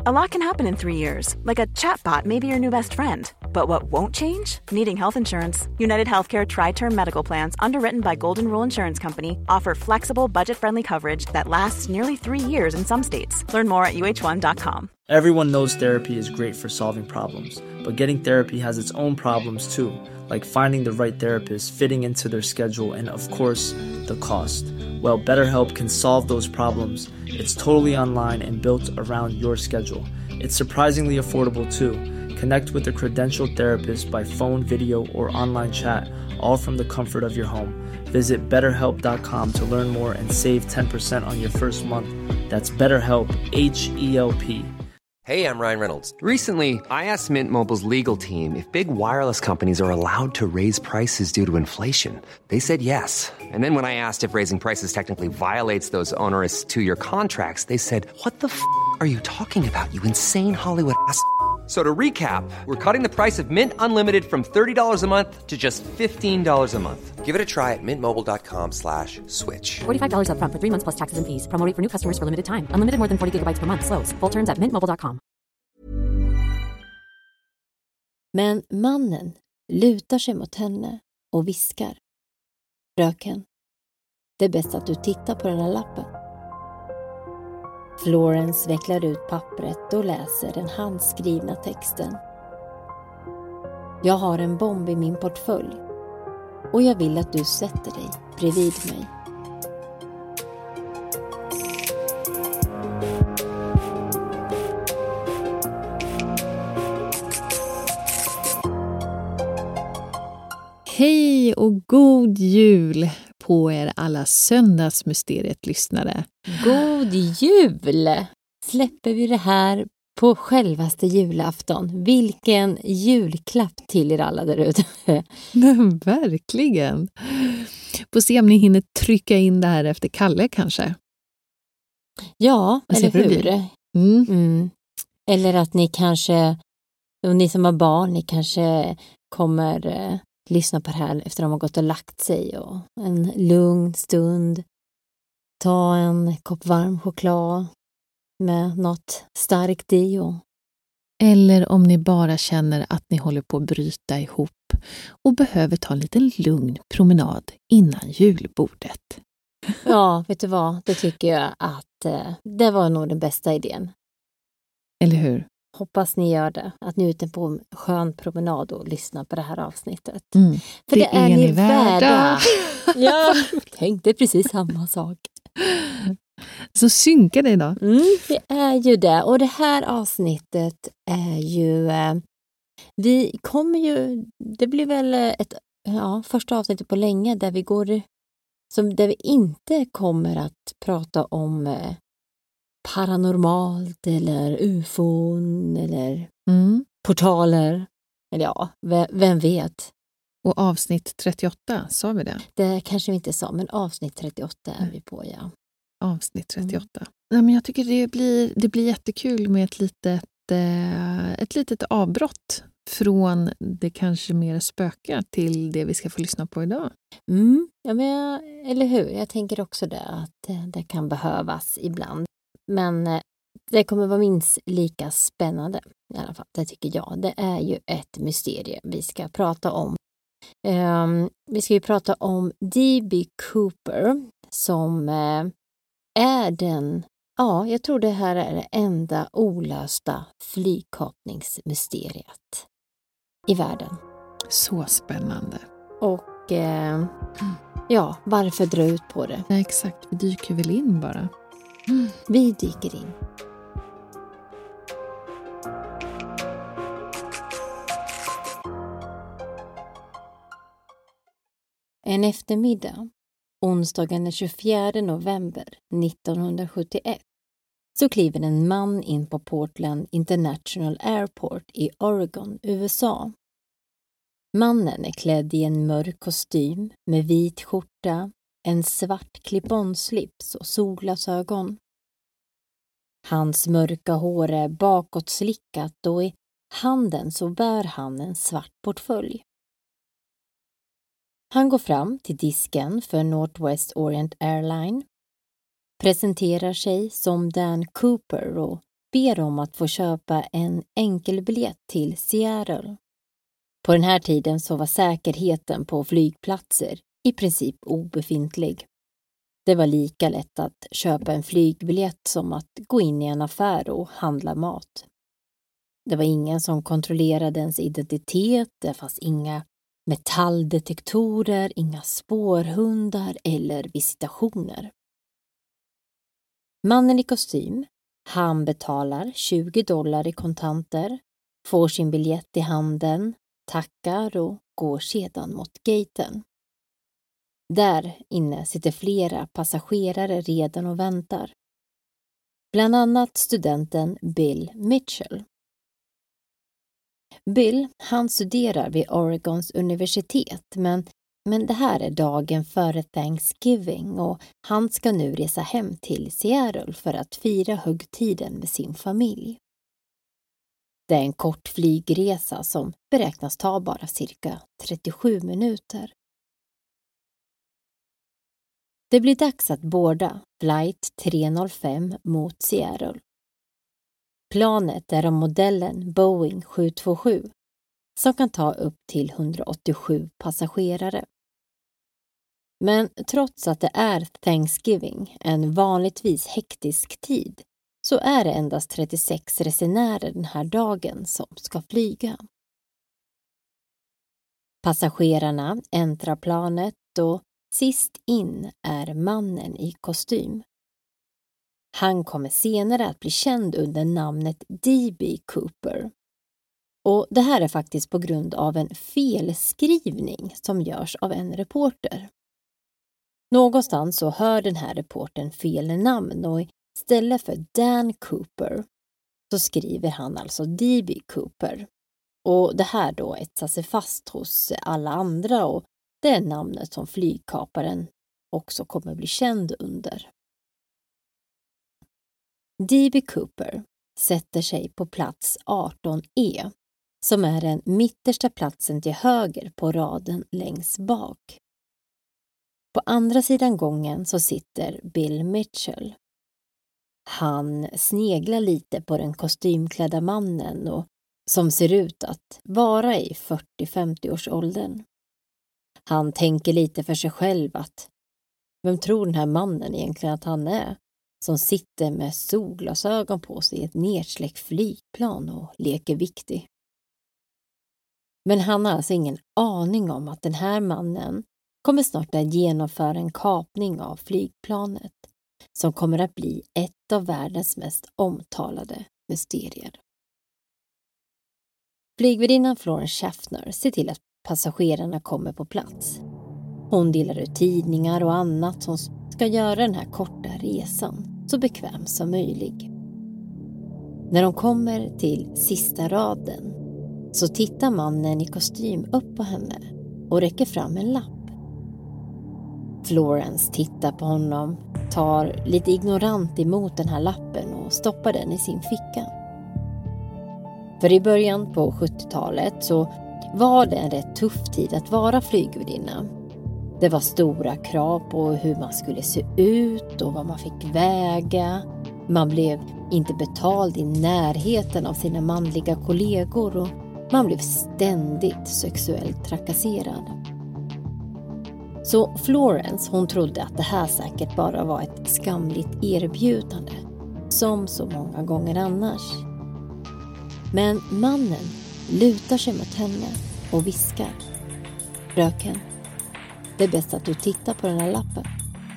A lot can happen in 3 years, like a chatbot may be your new best friend. But what won't change? Needing health insurance. United Healthcare Tri-Term Medical Plans, underwritten by Golden Rule Insurance Company, offer flexible, budget-friendly coverage that lasts nearly 3 years in some states. Learn more at uh1.com. Everyone knows therapy is great for solving problems, but getting therapy has its own problems too, like finding the right therapist, fitting into their schedule, and of course, the cost. Well, BetterHelp can solve those problems. It's totally online and built around your schedule. It's surprisingly affordable too. Connect with a credentialed therapist by phone, video, or online chat, all from the comfort of your home. Visit BetterHelp.com to learn more and save 10% on your first month. That's BetterHelp, H-E-L-P. Hey, I'm Ryan Reynolds. Recently, I asked Mint Mobile's legal team if big wireless companies are allowed to raise prices due to inflation. They said yes. And then when I asked if raising prices technically violates those onerous two-year contracts, they said, "What the f*** are you talking about, you insane Hollywood ass?" So to recap, we're cutting the price of Mint Unlimited from $30 a month to just $15 a month. Give it a try at mintmobile.com/switch. $45 up front for 3 months plus taxes and fees. Promo rate for new customers for limited time. Unlimited more than 40 gigabytes per month. Slows full terms at mintmobile.com. Men mannen lutar sig mot henne och viskar: "Fröken, det är bäst att du tittar på den här lappen." Florence vecklar ut pappret och läser den handskrivna texten. "Jag har en bomb i min portfölj och jag vill att du sätter dig bredvid mig." Hej och god jul på er alla söndagsmysteriet-lyssnare. God jul! Släpper vi det här på självaste julafton. Vilken julklapp till er alla där ute. Men verkligen. Får se om ni hinner trycka in det här efter Kalle kanske. Ja, eller hur? Eller att ni kanske, och ni som har barn, ni kanske kommer lyssna på det här efter att de har gått och lagt sig och en lugn stund. Ta en kopp varm choklad med något starkt i. Eller om ni bara känner att ni håller på att bryta ihop och behöver ta en liten lugn promenad innan julbordet. Ja, vet du vad? Det tycker jag att det var nog den bästa idén. Eller hur? Hoppas ni gör det. Att ni är ute på en skön promenad och lyssnar på det här avsnittet. För det är ni värda. Ja, tänkte precis samma sak. Så synka dig då. Det är ju det. Och det här avsnittet är ju... vi kommer ju... Det blir väl ett första avsnittet på länge där vi går... där vi inte kommer att prata om paranormalt eller ufon eller portaler. Eller ja, vem vet. Och avsnitt 38, sa vi det? Det kanske vi inte sa, men avsnitt 38 är vi på, ja. Avsnitt 38. Nej, men jag tycker det blir jättekul med ett litet avbrott från det kanske mer spöka till det vi ska få lyssna på idag. Ja, men eller hur? Jag tänker också det, att det kan behövas ibland. Men det kommer vara minst lika spännande i alla fall, det tycker jag. Det är ju ett mysterium vi ska prata om. Vi ska ju prata om D.B. Cooper som är jag tror det här är det enda olösta flygkapningsmysteriet i världen. Så spännande. Och varför dra ut på det? Ja, exakt, vi dyker väl in bara. Vi dyker in. En eftermiddag, onsdagen den 24 november 1971, så kliver en man in på Portland International Airport i Oregon, USA. Mannen är klädd i en mörk kostym med vit skjorta, en svart clip-on-slips och solglasögon. Hans mörka hår är bakåt slickat och i handen så bär han en svart portfölj. Han går fram till disken för Northwest Orient Airline, presenterar sig som Dan Cooper och ber om att få köpa en enkelbiljett till Seattle. På den här tiden så var säkerheten på flygplatser i princip obefintlig. Det var lika lätt att köpa en flygbiljett som att gå in i en affär och handla mat. Det var ingen som kontrollerade ens identitet, det fanns inga metalldetektorer, inga spårhundar eller visitationer. Mannen i kostym, han betalar $20 i kontanter, får sin biljett i handen, tackar och går sedan mot gaten. Där inne sitter flera passagerare redan och väntar. Bland annat studenten Bill Mitchell. Bill, han studerar vid Oregons universitet, men det här är dagen före Thanksgiving och han ska nu resa hem till Seattle för att fira högtiden med sin familj. Det är en kort flygresa som beräknas ta bara cirka 37 minuter. Det blir dags att boarda flight 305 mot Seattle. Planet är av modellen Boeing 727 som kan ta upp till 187 passagerare. Men trots att det är Thanksgiving, en vanligtvis hektisk tid, så är det endast 36 resenärer den här dagen som ska flyga. Passagerarna äntrar planet och sist in är mannen i kostym. Han kommer senare att bli känd under namnet D.B. Cooper. Och det här är faktiskt på grund av en felskrivning som görs av en reporter. Någonstans så hör den här reportern fel namn och istället för Dan Cooper så skriver han alltså D.B. Cooper. Och det här då etsar sig fast hos alla andra och det är namnet som flygkaparen också kommer bli känd under. D.B. Cooper sätter sig på plats 18E som är den mittersta platsen till höger på raden längst bak. På andra sidan gången så sitter Bill Mitchell. Han sneglar lite på den kostymklädda mannen och som ser ut att vara i 40-50-årsåldern. Han tänker lite för sig själv att vem tror den här mannen egentligen att han är som sitter med solglasögon på sig i ett nedsläckt flygplan och leker viktig. Men han har alltså ingen aning om att den här mannen kommer snart att genomföra en kapning av flygplanet som kommer att bli ett av världens mest omtalade mysterier. Flygvärdinnan Florence Schaffner ser till att passagerarna kommer på plats. Hon delar ut tidningar och annat som ska göra den här korta resan så bekväm som möjligt. När de kommer till sista raden så tittar mannen i kostym upp på henne och räcker fram en lapp. Florence tittar på honom, tar lite ignorant emot den här lappen och stoppar den i sin ficka. För i början på 70-talet så var det en rätt tuff tid att vara flygvärdinna. Det var stora krav på hur man skulle se ut och vad man fick väga. Man blev inte betald i närheten av sina manliga kollegor och man blev ständigt sexuellt trakasserad. Så Florence, hon trodde att det här säkert bara var ett skamligt erbjudande, som så många gånger annars. Men mannen lutar sig mot henne och viskar: "Fröken, det är bäst att du tittar på den här lappen."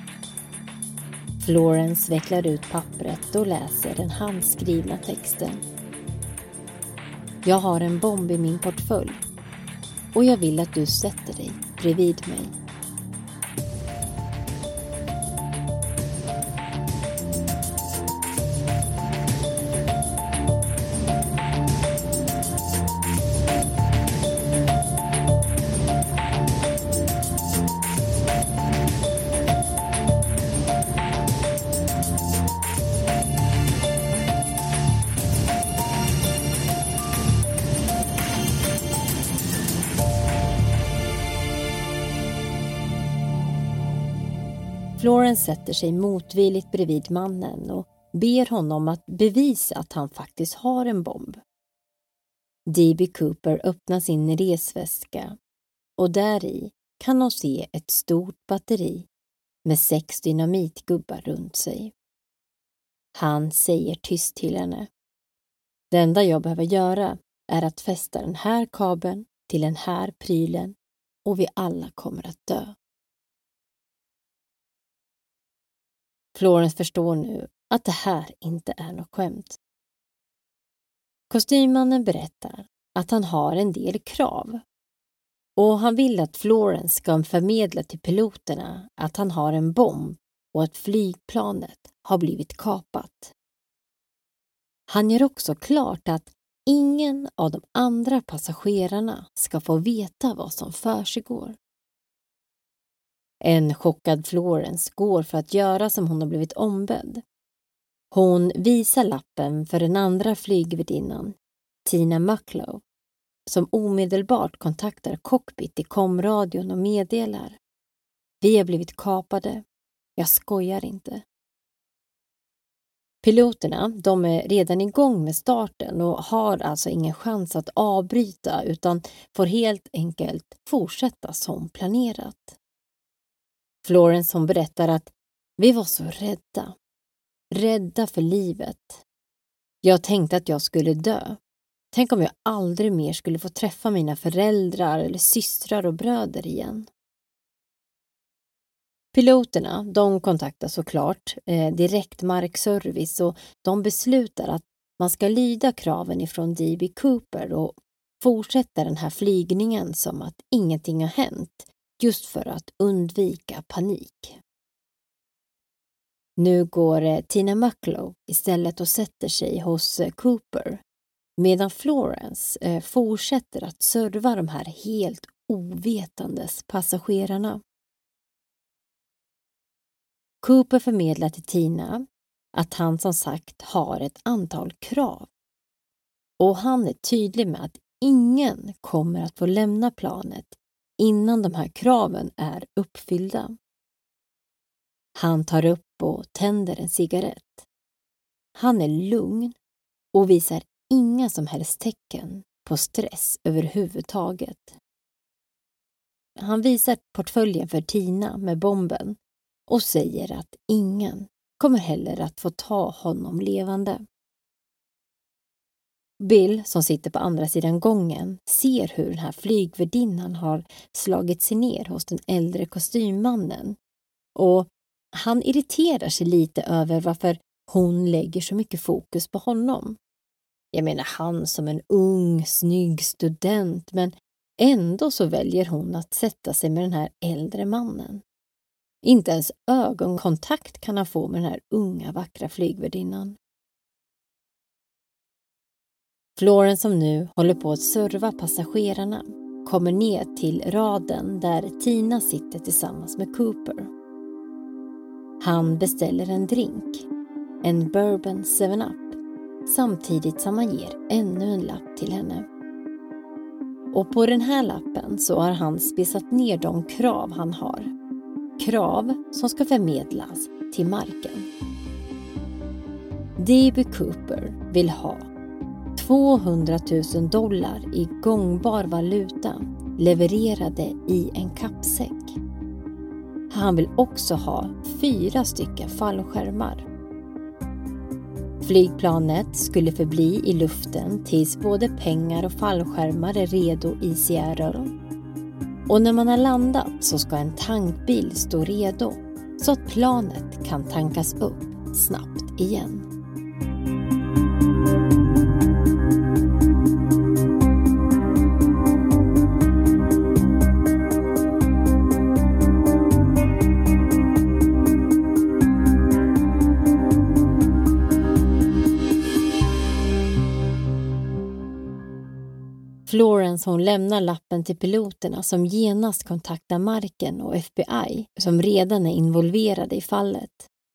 Florence vecklar ut pappret och läser den handskrivna texten. "Jag har en bomb i min portfölj och jag vill att du sätter dig bredvid mig." Florence sätter sig motvilligt bredvid mannen och ber honom att bevisa att han faktiskt har en bomb. D.B. Cooper öppnar sin resväska och där i kan hon se ett stort batteri med 6 dynamitgubbar runt sig. Han säger tyst till henne: "Det enda jag behöver göra är att fästa den här kabeln till den här prylen och vi alla kommer att dö." Florence förstår nu att det här inte är något skämt. Kostymmannen berättar att han har en del krav och han vill att Florence ska förmedla till piloterna att han har en bomb och att flygplanet har blivit kapat. Han gör också klart att ingen av de andra passagerarna ska få veta vad som försiggår. En chockad Florence går för att göra som hon har blivit ombedd. Hon visar lappen för den andra flygvärdinnan, Tina Mucklow, som omedelbart kontaktar cockpit i komradion och meddelar: "Vi har blivit kapade. Jag skojar inte." Piloterna, de är redan igång med starten och har alltså ingen chans att avbryta utan får helt enkelt fortsätta som planerat. Florence som berättar att "vi var så rädda. Rädda för livet. Jag tänkte att jag skulle dö. Tänk om jag aldrig mer skulle få träffa mina föräldrar eller systrar och bröder igen." Piloterna, de kontaktar såklart direktmarkservice och de beslutar att man ska lyda kraven ifrån D.B. Cooper och fortsätta den här flygningen som att ingenting har hänt, just för att undvika panik. Nu går Tina Mucklow istället och sätter sig hos Cooper, medan Florence fortsätter att serva de här helt ovetandes passagerarna. Cooper förmedlar till Tina att han som sagt har ett antal krav. Och han är tydlig med att ingen kommer att få lämna planet innan de här kraven är uppfyllda. Han tar upp och tänder en cigarett. Han är lugn och visar inga som helst tecken på stress överhuvudtaget. Han visar portföljen för Tina med bomben och säger att ingen kommer heller att få ta honom levande. Bill, som sitter på andra sidan gången, ser hur den här flygvärdinnan har slagit sig ner hos den äldre kostymmannen och han irriterar sig lite över varför hon lägger så mycket fokus på honom. Jag menar, han som en ung, snygg student, men ändå så väljer hon att sätta sig med den här äldre mannen. Inte ens ögonkontakt kan han få med den här unga, vackra flygvärdinnan. Florence, som nu håller på att serva passagerarna, kommer ner till raden där Tina sitter tillsammans med Cooper. Han beställer en drink, en bourbon 7-up, samtidigt som han ger ännu en lapp till henne. Och på den här lappen så har han spisat ner de krav han har. Krav som ska förmedlas till marken. D.B. Cooper vill ha $200,000 i gångbar valuta levererade i en kappsäck. Han vill också ha 4 stycken fallskärmar. Flygplanet skulle förbli i luften tills både pengar och fallskärmar är redo i Seattle. Och när man har landat så ska en tankbil stå redo så att planet kan tankas upp snabbt igen. Florence, hon lämnar lappen till piloterna som genast kontaktar marken och FBI som redan är involverade i fallet.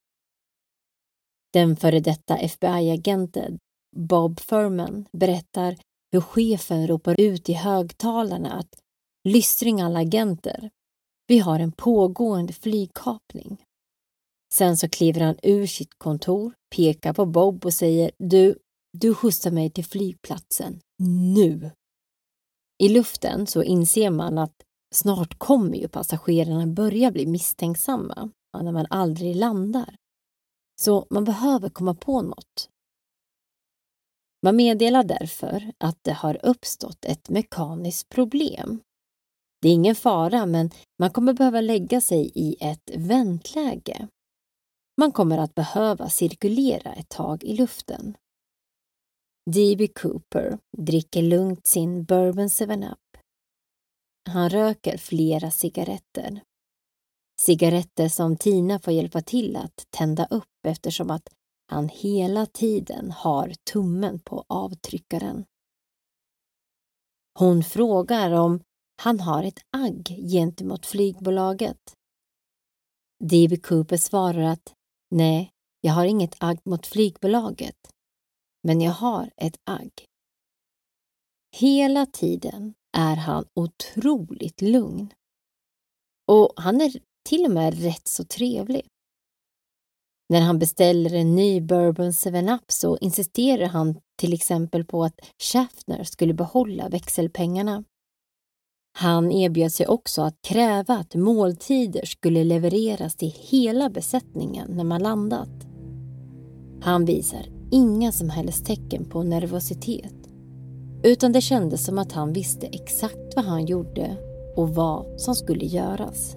Den före detta FBI-agenten Bob Furman berättar hur chefen ropar ut i högtalarna att "lystring alla agenter, vi har en pågående flygkapning." Sen så kliver han ur sitt kontor, pekar på Bob och säger du skjutsar mig till flygplatsen nu. I luften så inser man att snart kommer ju passagerarna börja bli misstänksamma när man aldrig landar. Så man behöver komma på något. Man meddelar därför att det har uppstått ett mekaniskt problem. Det är ingen fara, men man kommer behöva lägga sig i ett väntläge. Man kommer att behöva cirkulera ett tag i luften. D.B. Cooper dricker lugnt sin bourbon 7-Up. Han röker flera cigaretter. Cigaretter som Tina får hjälpa till att tända upp eftersom att han hela tiden har tummen på avtryckaren. Hon frågar om han har ett agg gentemot flygbolaget. D.B. Cooper svarar att nej, jag har inget agg mot flygbolaget. Men jag har ett agg. Hela tiden är han otroligt lugn. Och han är till och med rätt så trevlig. När han beställer en ny bourbon 7-Up så insisterar han till exempel på att Schaffner skulle behålla växelpengarna. Han erbjöd sig också att kräva att måltider skulle levereras till hela besättningen när man landat. Han visar inga som helst tecken på nervositet, utan det kändes som att han visste exakt vad han gjorde och vad som skulle göras.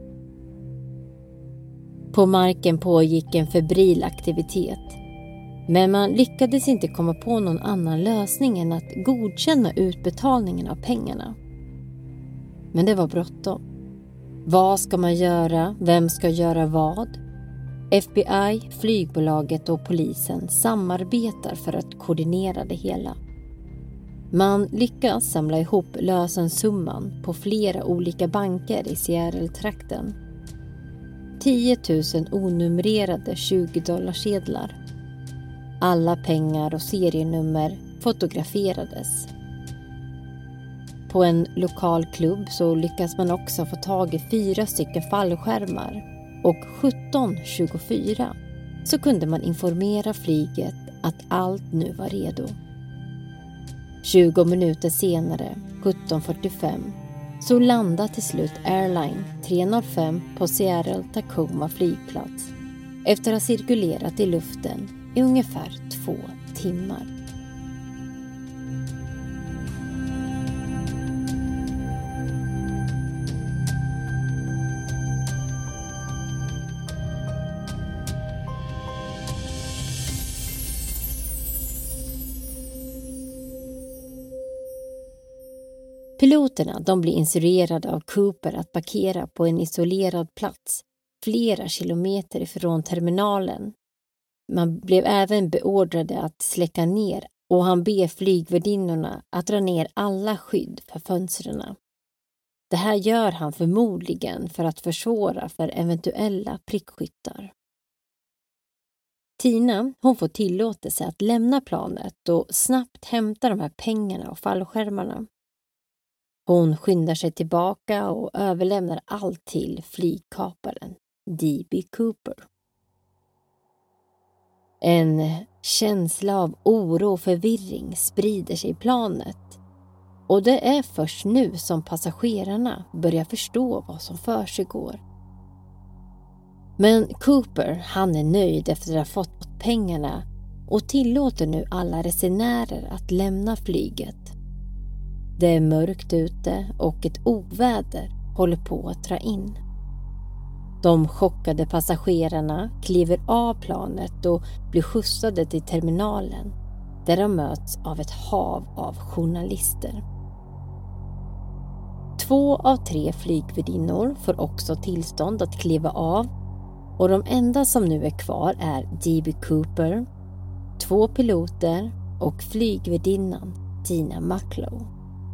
På marken pågick en febril aktivitet, men man lyckades inte komma på någon annan lösning än att godkänna utbetalningen av pengarna. Men det var bråttom. Vad ska man göra? Vem ska göra vad? FBI, flygbolaget och polisen samarbetar för att koordinera det hela. Man lyckas samla ihop lösensumman på flera olika banker i Seattle-trakten. 10 000 onumrerade $20-sedlar. Alla pengar och serienummer fotograferades. På en lokal klubb så lyckas man också få tag i 4 stycken fallskärmar. Och 17:24 så kunde man informera flyget att allt nu var redo. 20 minuter senare, 17:45, så landade till slut Airline 305 på Seattle-Tacoma flygplats efter att ha cirkulerat i luften i ungefär 2 timmar. Piloterna de blir instruerade av Cooper att parkera på en isolerad plats flera kilometer ifrån terminalen. Man blev även beordrade att släcka ner och han ber flygvärdinnorna att dra ner alla skydd för fönstren. Det här gör han förmodligen för att försvåra för eventuella prickskyttar. Tina, hon får tillåtelse att lämna planet och snabbt hämta de här pengarna och fallskärmarna. Hon skyndar sig tillbaka och överlämnar allt till flygkaparen D.B. Cooper. En känsla av oro och förvirring sprider sig i planet. Och det är först nu som passagerarna börjar förstå vad som försiggår. Men Cooper, han är nöjd efter att ha fått pengarna och tillåter nu alla resenärer att lämna flyget. Det är mörkt ute och ett oväder håller på att dra in. De chockade passagerarna kliver av planet och blir skjutsade till terminalen där de möts av ett hav av journalister. 2 av 3 flygvärdinnor får också tillstånd att kliva av och de enda som nu är kvar är D.B. Cooper, 2 piloter och flygvärdinnan Tina Mucklow.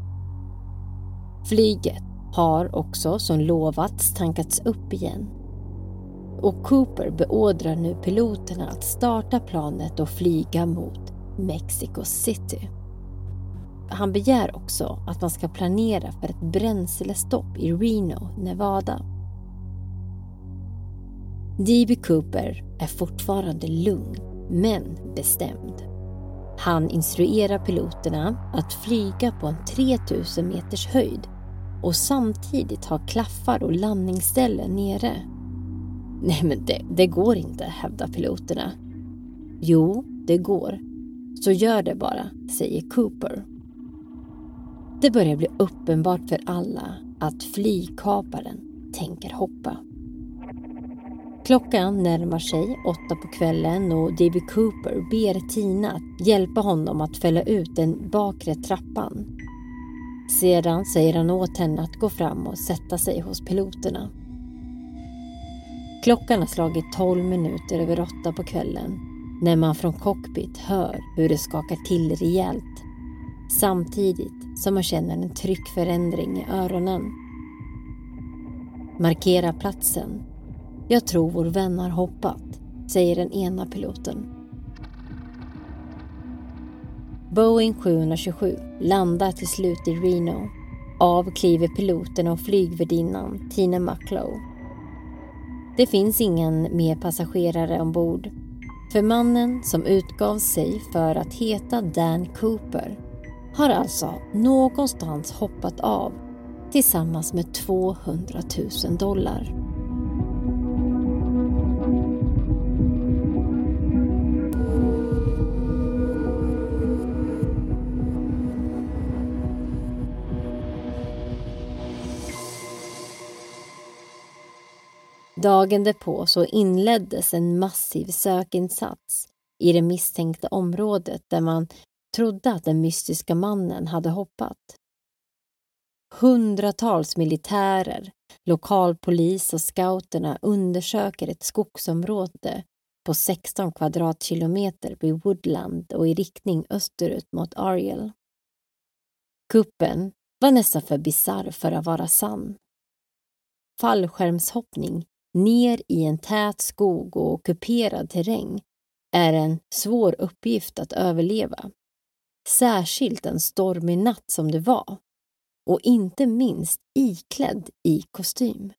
Flyget har också som lovats tankats upp igen. Och Cooper beordrar nu piloterna att starta planet och flyga mot Mexico City. Han begär också att man ska planera för ett bränslestopp i Reno, Nevada. D.B. Cooper är fortfarande lugn, men bestämd. Han instruerar piloterna att flyga på en 3000 meters höjd och samtidigt ha klaffar och landningsställen nere. Nej, men det går inte, hävdar piloterna. Jo, det går. Så gör det bara, säger Cooper. Det börjar bli uppenbart för alla att flygkaparen tänker hoppa. Klockan närmar sig 8 på kvällen och D.B. Cooper ber Tina att hjälpa honom att fälla ut den bakre trappan. Sedan säger han åt henne att gå fram och sätta sig hos piloterna. Klockan har slagit 12 minuter över 8 på kvällen när man från cockpit hör hur det skakar till rejält, samtidigt som man känner en tryckförändring i öronen. Markera platsen. Jag tror vår vän har hoppat, säger den ena piloten. Boeing 727 landar till slut i Reno. Av kliver piloten och flygvärdinnan Tina Mucklow. Det finns ingen mer passagerare ombord. För mannen som utgav sig för att heta Dan Cooper har alltså någonstans hoppat av tillsammans med $200,000. Dagen därpå så inleddes en massiv sökinsats i det misstänkta området där man trodde att den mystiska mannen hade hoppat. Hundratals militärer, lokalpolis och scouterna undersöker ett skogsområde på 16 kvadratkilometer vid Woodland och i riktning österut mot Ariel. Kuppen var nästan för bizarr för att vara sann. Fallskärmshoppning ner i en tät skog och kuperad terräng är en svår uppgift att överleva. Särskilt en stormig natt som det var. Och inte minst iklädd i kostym.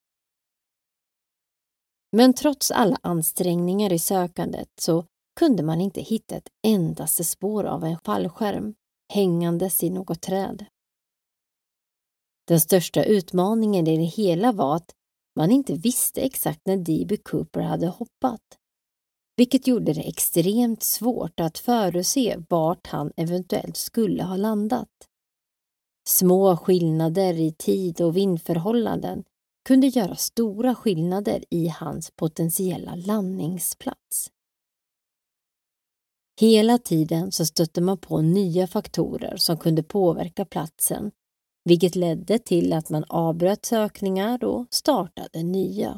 Men trots alla ansträngningar i sökandet så kunde man inte hitta ett endaste spår av en fallskärm hängandes i något träd. Den största utmaningen i det hela var att man inte visste exakt när D.B. Cooper hade hoppat, vilket gjorde det extremt svårt att förutse vart han eventuellt skulle ha landat. Små skillnader i tid och vindförhållanden kunde göra stora skillnader i hans potentiella landningsplats. Hela tiden så stötte man på nya faktorer som kunde påverka platsen, vilket ledde till att man avbröt sökningar och startade nya.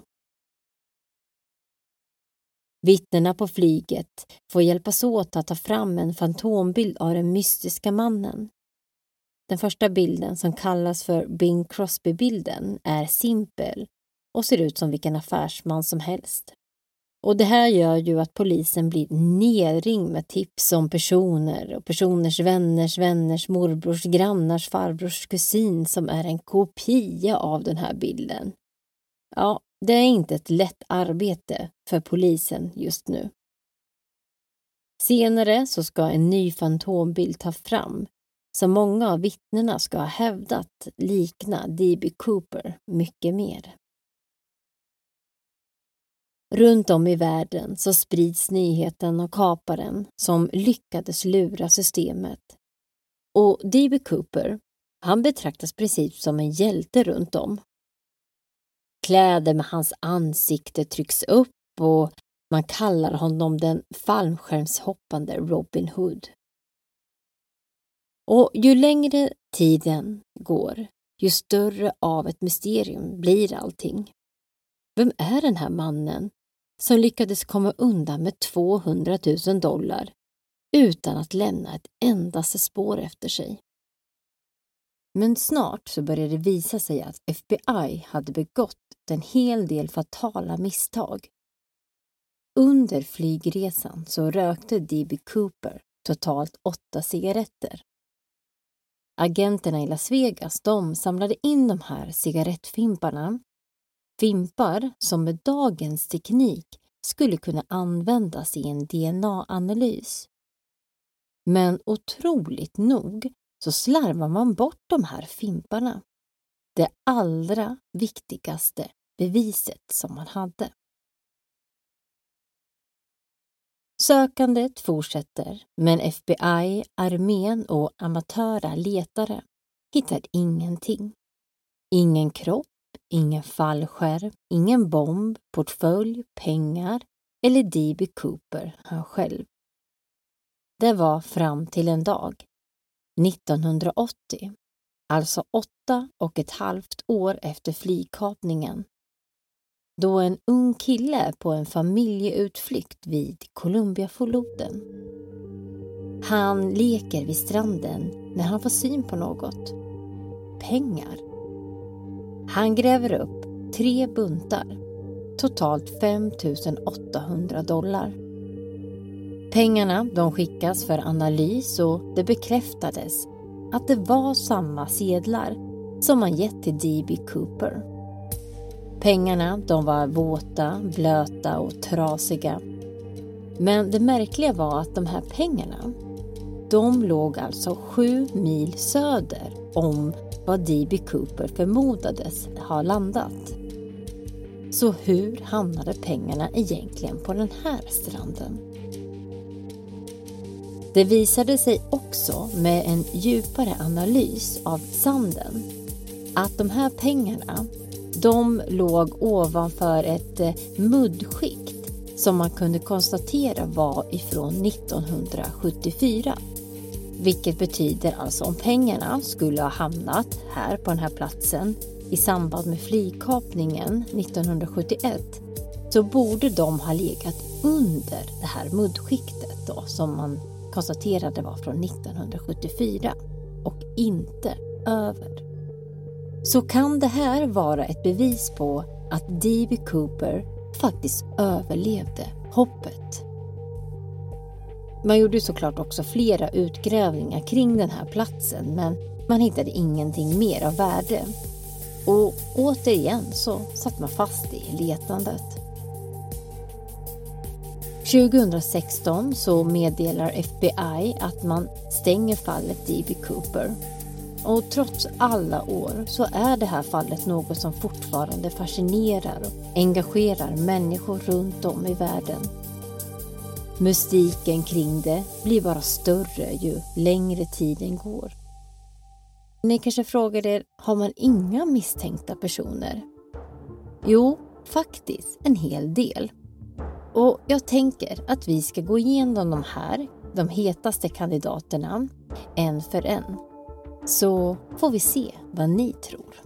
Vittnena på flyget får hjälpas åt att ta fram en fantombild av den mystiska mannen. Den första bilden, som kallas för Bing Crosby-bilden, är simpel och ser ut som vilken affärsman som helst. Och det här gör ju att polisen blir nerringd med tips om personer och personers vänners morbrors, grannars, farbrors kusin som är en kopia av den här bilden. Ja, det är inte ett lätt arbete för polisen just nu. Senare så ska en ny fantombild ta fram som många av vittnena ska ha hävdat likna D.B. Cooper mycket mer. Runt om i världen så sprids nyheten om kaparen som lyckades lura systemet. Och D.B. Cooper, han betraktas precis som en hjälte runt om. Kläder med hans ansikte trycks upp och man kallar honom den fallskärmshoppande Robin Hood. Och ju längre tiden går, ju större av ett mysterium blir allting. Vem är den här mannen som lyckades komma undan med $200,000 utan att lämna ett endaste spår efter sig? Men snart så började det visa sig att FBI hade begått en hel del fatala misstag. Under flygresan så rökte D.B. Cooper totalt 8 cigaretter. Agenterna i Las Vegas, de samlade in de här cigarettfimparna Fimpar som med dagens teknik skulle kunna användas i en DNA-analys. Men otroligt nog så slarvar man bort de här fimparna. Det allra viktigaste beviset som man hade. Sökandet fortsätter, men FBI, armén och amatöra letare hittar ingenting. Ingen kropp, ingen fallskärm, ingen bomb, portfölj, pengar eller D.B. Cooper han själv. Det var fram till en dag, 1980, alltså 8,5 år efter flygkapningen, då en ung kille på en familjeutflykt vid Columbiafloden. Han leker vid stranden när han får syn på något. Pengar. Han gräver upp 3 buntar, totalt $5,800. Pengarna de skickas för analys och det bekräftades att det var samma sedlar som man gett till D.B. Cooper. Pengarna de var våta, blöta och trasiga. Men det märkliga var att de här pengarna, de låg alltså 7 mil söder om vad D.B. Cooper förmodades ha landat. Så hur hamnade pengarna egentligen på den här stranden? Det visade sig också med en djupare analys av sanden att de här pengarna, de låg ovanför ett muddskikt som man kunde konstatera var ifrån 1974. Vilket betyder alltså om pengarna skulle ha hamnat här på den här platsen i samband med flygkapningen 1971 så borde de ha legat under det här muddskiktet då, som man konstaterade var från 1974 och inte över. Så kan det här vara ett bevis på att D.B. Cooper faktiskt överlevde hoppet. Man gjorde såklart också flera utgrävningar kring den här platsen, men man hittade ingenting mer av värde. Och återigen så satt man fast i letandet. 2016 så meddelar FBI att man stänger fallet D.B. Cooper. Och trots alla år så är det här fallet något som fortfarande fascinerar och engagerar människor runt om i världen. Mystiken kring det blir bara större ju längre tiden går. Ni kanske frågar er, har man inga misstänkta personer? Jo, faktiskt en hel del. Och jag tänker att vi ska gå igenom de hetaste kandidaterna, en för en. Så får vi se vad ni tror.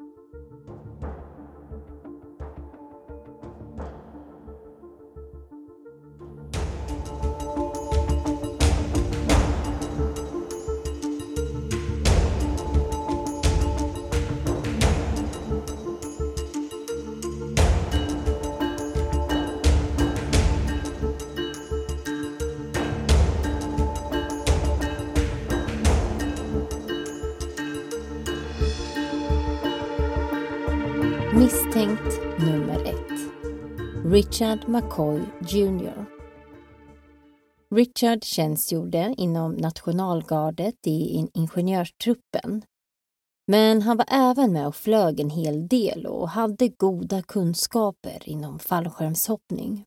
Misstänkt nummer 1. Richard McCoy Jr. Richard tjänstgjorde inom nationalgardet i ingenjörstruppen. Men han var även med och flög en hel del och hade goda kunskaper inom fallskärmshoppning.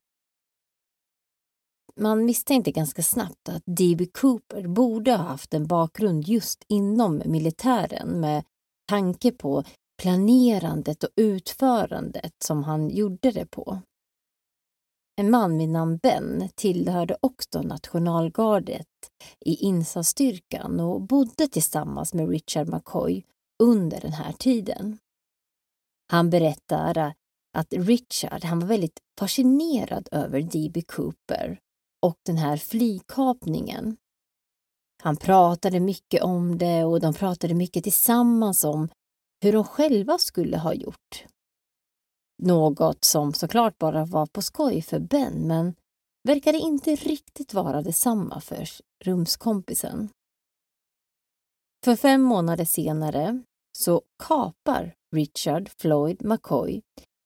Man misstänkte ganska snabbt att D.B. Cooper borde ha haft en bakgrund just inom militären med tanke på planerandet och utförandet som han gjorde det på. En man vid namn Ben tillhörde också nationalgardet i insatsstyrkan och bodde tillsammans med Richard McCoy under den här tiden. Han berättar att Richard han var väldigt fascinerad över D.B. Cooper och den här flygkapningen. Han pratade mycket om det och de pratade mycket tillsammans om hur de själva skulle ha gjort. Något som såklart bara var på skoj för Ben, men verkade inte riktigt vara detsamma för rumskompisen. För 5 månader senare så kapar Richard Floyd McCoy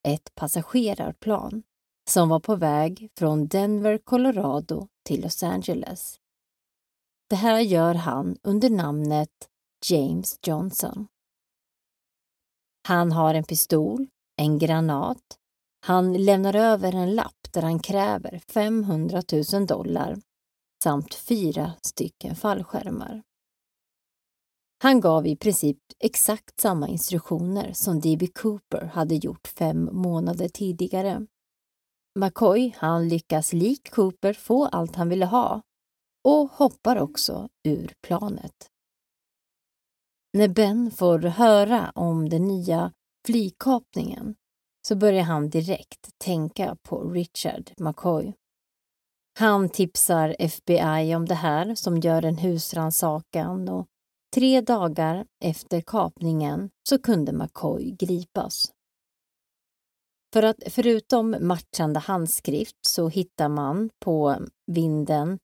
ett passagerarplan som var på väg från Denver, Colorado till Los Angeles. Det här gör han under namnet James Johnson. Han har en pistol, en granat. Han lämnar över en lapp där han kräver $500,000 samt 4 stycken fallskärmar. Han gav i princip exakt samma instruktioner som D.B. Cooper hade gjort 5 månader tidigare. McCoy, han lyckas lik Cooper få allt han ville ha och hoppar också ur planet. När Ben får höra om den nya flygkapningen så börjar han direkt tänka på Richard McCoy. Han tipsar FBI om det här som gör en husrannsakan och 3 dagar efter kapningen så kunde McCoy gripas. För att förutom matchande handskrift så hittar man på vinden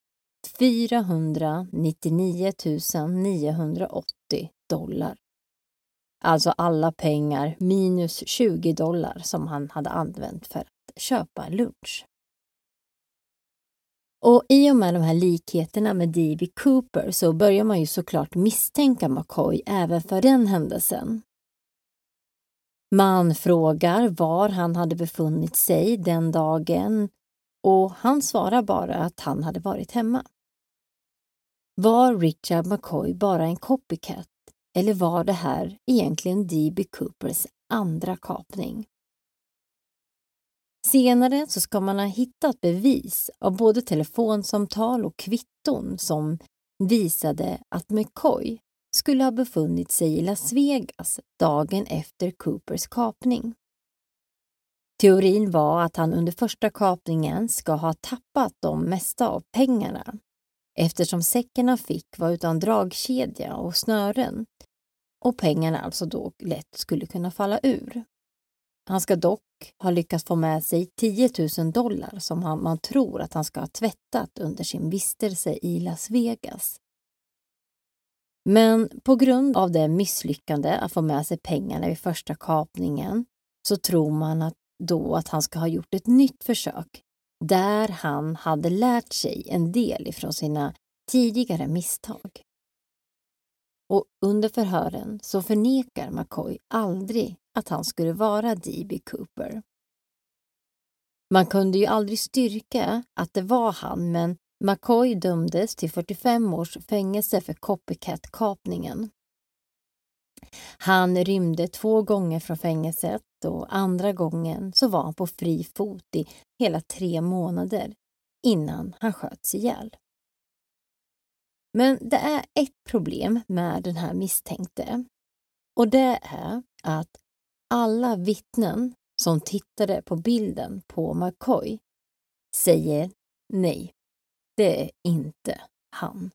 $499 980. Alltså alla pengar minus $20 som han hade använt för att köpa lunch. Och i och med de här likheterna med D.B. Cooper så börjar man ju såklart misstänka McCoy även för den händelsen. Man frågar var han hade befunnit sig den dagen och han svarar bara att han hade varit hemma. Var Richard McCoy bara en copycat eller var det här egentligen D.B. Coopers andra kapning? Senare så ska man ha hittat bevis av både telefonsamtal och kvitton som visade att McCoy skulle ha befunnit sig i Las Vegas dagen efter Coopers kapning. Teorin var att han under första kapningen ska ha tappat de mesta av pengarna eftersom säcken han fick var utan dragkedja och snören och pengarna alltså då lätt skulle kunna falla ur. Han ska dock ha lyckats få med sig $10,000 som man tror att han ska ha tvättat under sin vistelse i Las Vegas. Men på grund av det misslyckande att få med sig pengarna vid första kapningen så tror man att han ska ha gjort ett nytt försök där han hade lärt sig en del ifrån sina tidigare misstag. Och under förhören så förnekar McCoy aldrig att han skulle vara D.B. Cooper. Man kunde ju aldrig styrka att det var han, men McCoy dömdes till 45 års fängelse för copycat-kapningen. Han rymde 2 gånger från fängelset och andra gången så var han på fri fot i hela 3 månader innan han sköts ihjäl. Men det är ett problem med den här misstänkte och det är att alla vittnen som tittade på bilden på McCoy säger nej, det är inte han.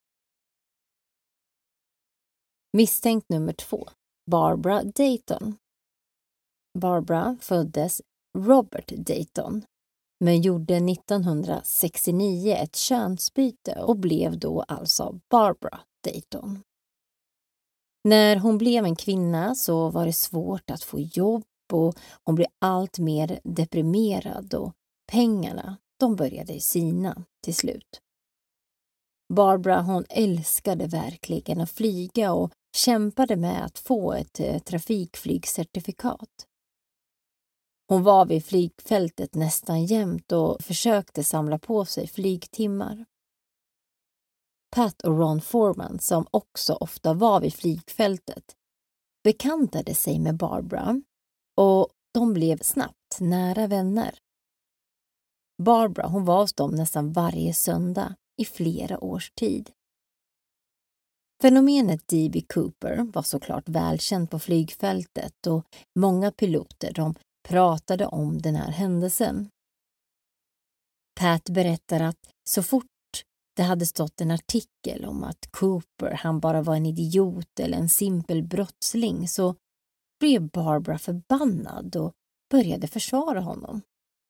Misstänkt nummer 2, Barbara Dayton. Barbara föddes Robert Dayton men gjorde 1969 ett könsbyte och blev då alltså Barbara Dayton. När hon blev en kvinna så var det svårt att få jobb och hon blev allt mer deprimerad och pengarna de började sina till slut. Barbara hon älskade verkligen att flyga och kämpade med att få ett trafikflygcertifikat. Hon var vid flygfältet nästan jämt och försökte samla på sig flygtimmar. Pat och Ron Foreman, som också ofta var vid flygfältet, bekantade sig med Barbara och de blev snabbt nära vänner. Barbara hon var hos dem nästan varje söndag i flera års tid. Fenomenet D.B. Cooper var såklart välkänt på flygfältet och många piloter de pratade om den här händelsen. Pat berättar att så fort det hade stått en artikel om att Cooper han bara var en idiot eller en simpel brottsling så blev Barbara förbannad och började försvara honom.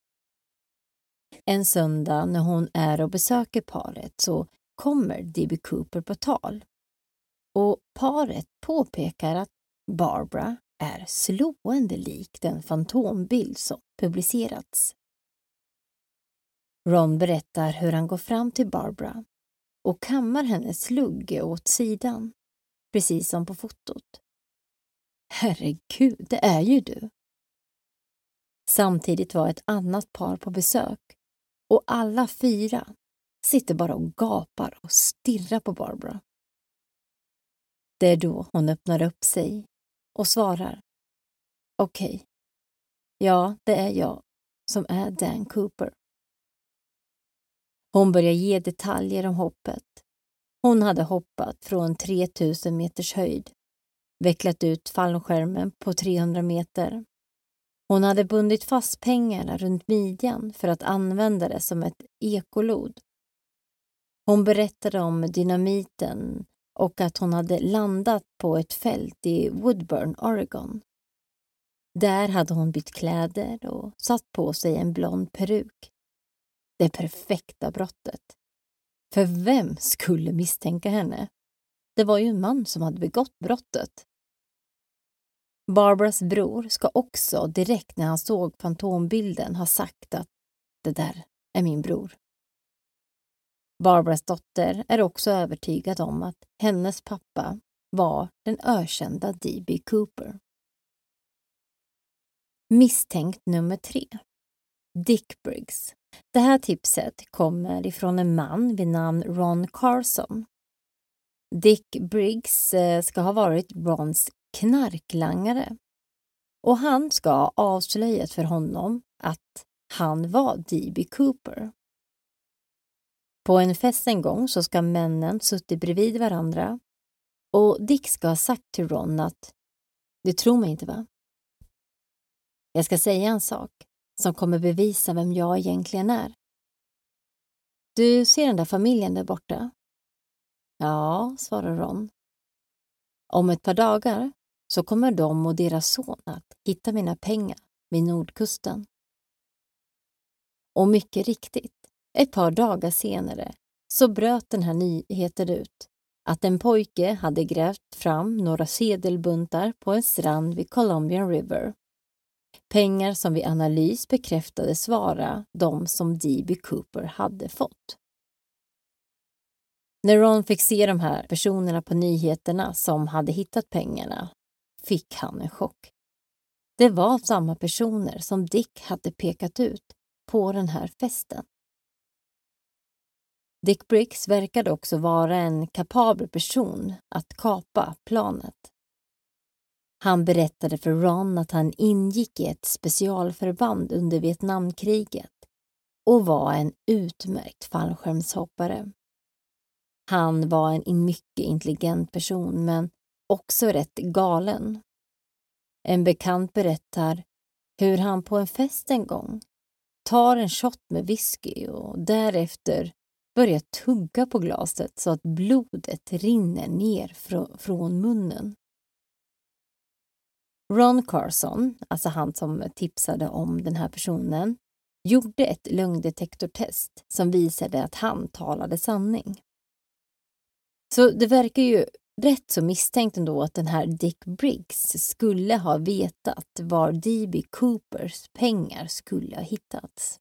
En söndag när hon är och besöker paret så kommer D.B. Cooper på tal. Och paret påpekar att Barbara är slående lik den fantombild som publicerats. Ron berättar hur han går fram till Barbara och kammar hennes lugge åt sidan, precis som på fotot. Herregud, det är ju du! Samtidigt var ett annat par på besök och alla 4 sitter bara och gapar och stirrar på Barbara. Det är då hon öppnar upp sig och svarar: Okej, ja, det är jag som är Dan Cooper. Hon börjar ge detaljer om hoppet. Hon hade hoppat från 3000 meters höjd, vecklat ut fallskärmen på 300 meter. Hon hade bundit fast pengarna runt midjan för att använda det som ett ekolod. Hon berättade om dynamiten och att hon hade landat på ett fält i Woodburn, Oregon. Där hade hon bytt kläder och satt på sig en blond peruk. Det perfekta brottet. För vem skulle misstänka henne? Det var ju en man som hade begått brottet. Barbaras bror ska också direkt när han såg fantombilden ha sagt att det där är min bror. Barbaras dotter är också övertygad om att hennes pappa var den ökända D.B. Cooper. Misstänkt nummer 3. Dick Briggs. Det här tipset kommer ifrån en man vid namn Ron Carson. Dick Briggs ska ha varit Rons knarklangare och han ska ha avslöjat för honom att han var D.B. Cooper. På en fest en gång så ska männen suttit bredvid varandra och Dick ska ha sagt till Ron att du tror mig inte, va? Jag ska säga en sak som kommer bevisa vem jag egentligen är. Du ser den där familjen där borta? Ja, svarar Ron. Om ett par dagar så kommer de och deras son att hitta mina pengar vid Nordkusten. Och mycket riktigt, ett par dagar senare så bröt den här nyheten ut att en pojke hade grävt fram några sedelbuntar på en strand vid Columbian River. Pengar som vid analys bekräftades vara de som D.B. Cooper hade fått. När Ron fick se de här personerna på nyheterna som hade hittat pengarna fick han en chock. Det var samma personer som Dick hade pekat ut på den här festen. Dick Briggs verkade också vara en kapabel person att kapa planet. Han berättade för Ron att han ingick i ett specialförband under Vietnamkriget och var en utmärkt fallskärmshoppare. Han var en mycket intelligent person men också rätt galen. En bekant berättar hur han på en fest en gång tar en shot med whisky och därefter börjar tugga på glaset så att blodet rinner ner från munnen. Ron Carson, alltså han som tipsade om den här personen, gjorde ett lögndetektortest som visade att han talade sanning. Så det verkar ju rätt så misstänkt ändå att den här Dick Briggs skulle ha vetat var D.B. Coopers pengar skulle ha hittats.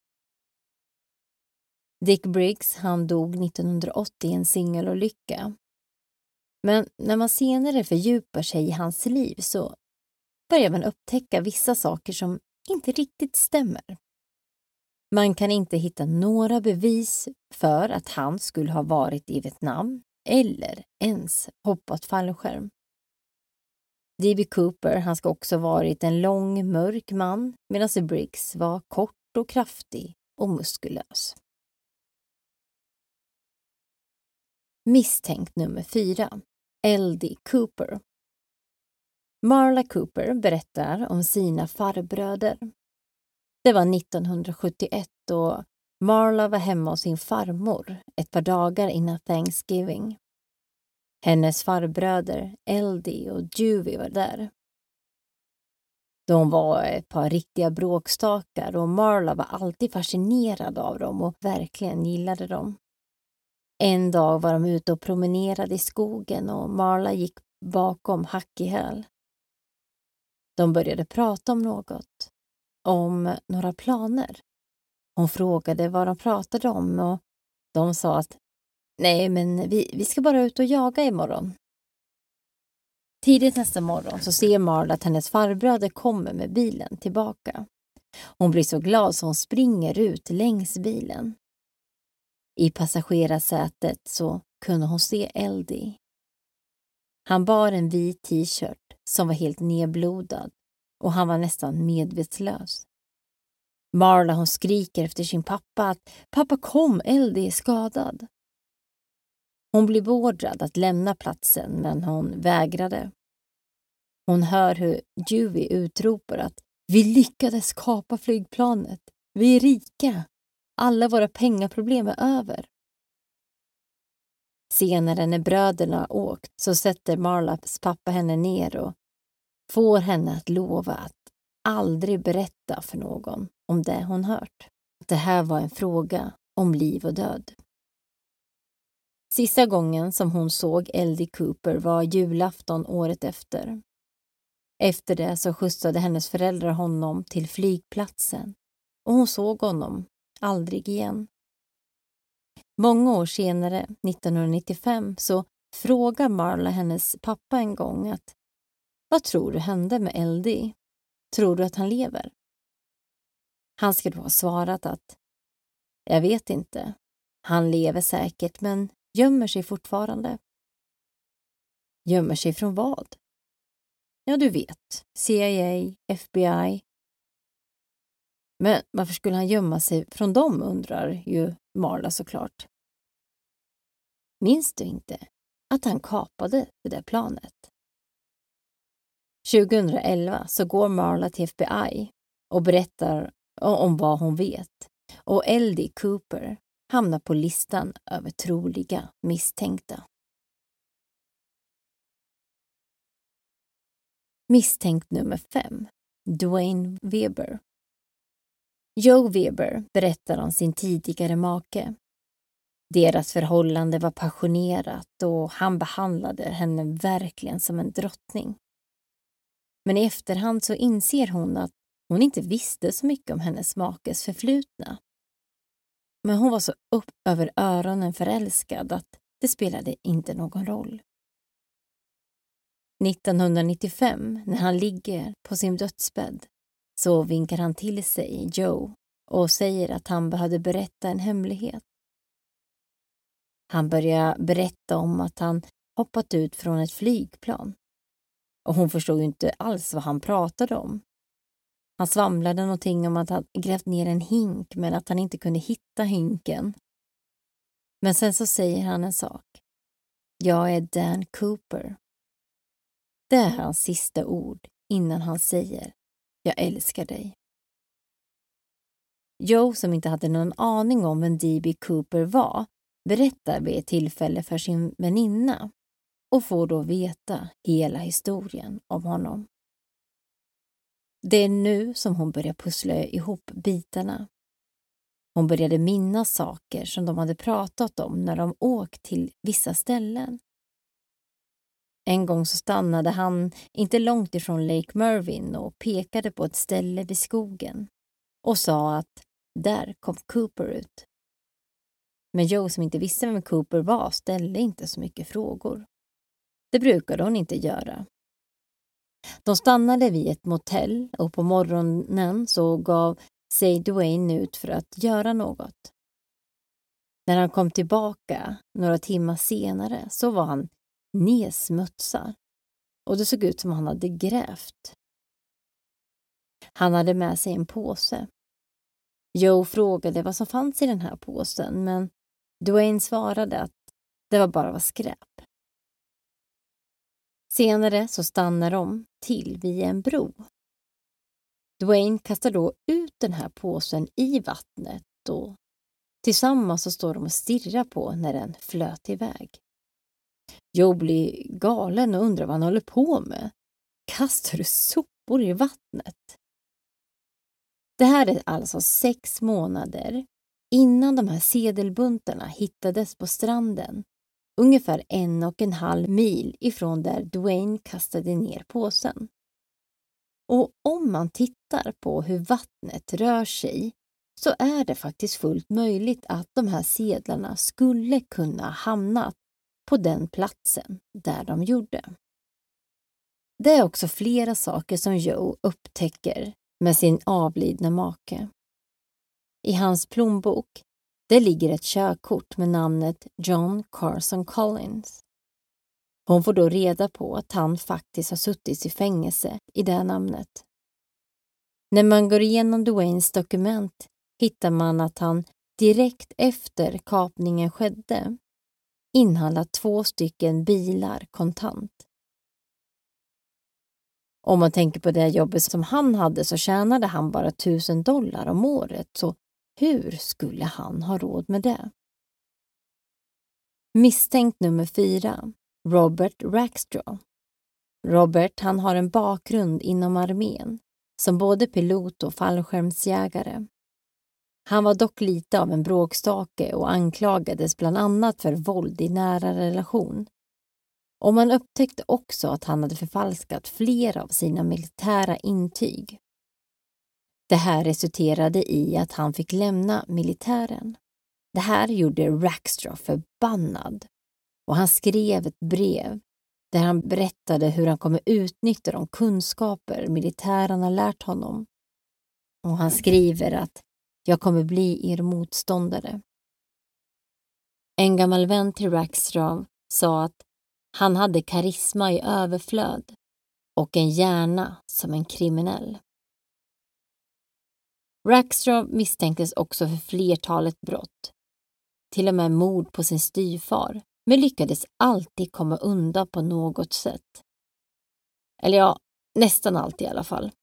Dick Briggs, han dog 1980 i en singelolycka. Men när man senare fördjupar sig i hans liv så börjar man upptäcka vissa saker som inte riktigt stämmer. Man kan inte hitta några bevis för att han skulle ha varit i Vietnam eller ens hoppat fallskärm. D.B. Cooper, han ska också ha varit en lång, mörk man medan Briggs var kort och kraftig och muskulös. Misstänkt nummer 4. L.D. Cooper. Marla Cooper berättar om sina farbröder. Det var 1971 och Marla var hemma hos sin farmor ett par dagar innan Thanksgiving. Hennes farbröder L.D. och Dewey var där. De var ett par riktiga bråkstakar och Marla var alltid fascinerad av dem och verkligen gillade dem. En dag var de ute och promenerade i skogen och Marla gick bakom hack i häl. De började prata om något. Om några planer. Hon frågade vad de pratade om och de sa att nej, men vi ska bara ut och jaga imorgon. Tidigt nästa morgon så ser Marla att hennes farbröder kommer med bilen tillbaka. Hon blir så glad så hon springer ut längs bilen. I passagerarsätet så kunde hon se Eldie. Han bar en vit t-shirt som var helt nedblodad och han var nästan medvetslös. Marla hon skriker efter sin pappa att pappa kom, Eldie är skadad. Hon blir beordrad att lämna platsen men hon vägrade. Hon hör hur Dewey utropar att vi lyckades kapa flygplanet. Vi är rika. Alla våra pengaproblem är över. Senare när bröderna åkt så sätter Marlas pappa henne ner och får henne att lova att aldrig berätta för någon om det hon hört. Det här var en fråga om liv och död. Sista gången som hon såg Eldie Cooper var julafton året efter. Efter det så skjutsade hennes föräldrar honom till flygplatsen och hon såg honom aldrig igen. Många år senare, 1995, så frågar Marla hennes pappa en gång att vad tror du hände med Eldie? Tror du att han lever? Han ska då ha svarat att jag vet inte. Han lever säkert men gömmer sig fortfarande. Gömmer sig från vad? Ja, du vet. CIA, FBI. Men varför skulle han gömma sig från dem, undrar ju Marla såklart. Minns du inte att han kapade det där planet? 2011 så går Marla till FBI och berättar om vad hon vet. Och Eldie Cooper hamnar på listan över troliga misstänkta. Misstänkt nummer 5. Dwayne Weber. Joe Weber berättar om sin tidigare make. Deras förhållande var passionerat och han behandlade henne verkligen som en drottning. Men i efterhand så inser hon att hon inte visste så mycket om hennes makes förflutna. Men hon var så upp över öronen förälskad att det spelade inte någon roll. 1995, när han ligger på sin dödsbädd, så vinkar han till sig Joe och säger att han behövde berätta en hemlighet. Han börjar berätta om att han hoppat ut från ett flygplan. Och hon förstod ju inte alls vad han pratade om. Han svamlade någonting om att han grävt ner en hink men att han inte kunde hitta hinken. Men sen så säger han en sak. Jag är Dan Cooper. Det är hans sista ord innan han säger jag älskar dig. Joe, som inte hade någon aning om vem D.B. Cooper var, berättar vid ett tillfälle för sin väninna och får då veta hela historien om honom. Det är nu som hon börjar pussla ihop bitarna. Hon började minnas saker som de hade pratat om när de åkt till vissa ställen. En gång så stannade han inte långt ifrån Lake Mervyn och pekade på ett ställe vid skogen och sa att där kom Cooper ut. Men Joe, som inte visste vem Cooper var, ställde inte så mycket frågor. Det brukade hon inte göra. De stannade vid ett motell och på morgonen så gav sig Dwayne ut för att göra något. När han kom tillbaka några timmar senare så var han nedsmutsad och det såg ut som han hade grävt. Han hade med sig en påse. Joe frågade vad som fanns i den här påsen, men Dwayne svarade att det var bara skräp. Senare så stannar de till vid en bro. Dwayne kastar då ut den här påsen i vattnet och tillsammans så står de och stirrar på när den flöt iväg. Joe blir galen och undrar vad han håller på med. Kastar du sopor i vattnet? Det här är alltså 6 månader innan de här sedelbuntarna hittades på stranden. Ungefär 1,5 mil ifrån där Dwayne kastade ner påsen. Och om man tittar på hur vattnet rör sig så är det faktiskt fullt möjligt att de här sedlarna skulle kunna hamnat på den platsen där de gjorde. Det är också flera saker som Joe upptäcker med sin avlidna make. I hans plånbok det ligger ett körkort med namnet John Carson Collins. Hon får då reda på att han faktiskt har suttit i fängelse i det namnet. När man går igenom Dwaynes dokument hittar man att han direkt efter kapningen skedde inhandlat 2 bilar kontant. Om man tänker på det jobbet som han hade så tjänade han bara $1,000 om året, så hur skulle han ha råd med det? Misstänkt nummer 4, Robert Rackstraw. Robert han har en bakgrund inom armén som både pilot och fallskärmsjägare. Han var dock lite av en bråkstake och anklagades bland annat för våld i nära relation. Och man upptäckte också att han hade förfalskat flera av sina militära intyg. Det här resulterade i att han fick lämna militären. Det här gjorde Rackstraw förbannad och han skrev ett brev där han berättade hur han kommer utnyttja de kunskaper militärerna lärt honom. Och han skriver att jag kommer bli er motståndare. En gammal vän till Rackstraw sa att han hade karisma i överflöd och en hjärna som en kriminell. Rackstraw misstänktes också för flertalet brott. Till och med mord på sin styvfar, men lyckades alltid komma undan på något sätt. Eller ja, nästan alltid i alla fall.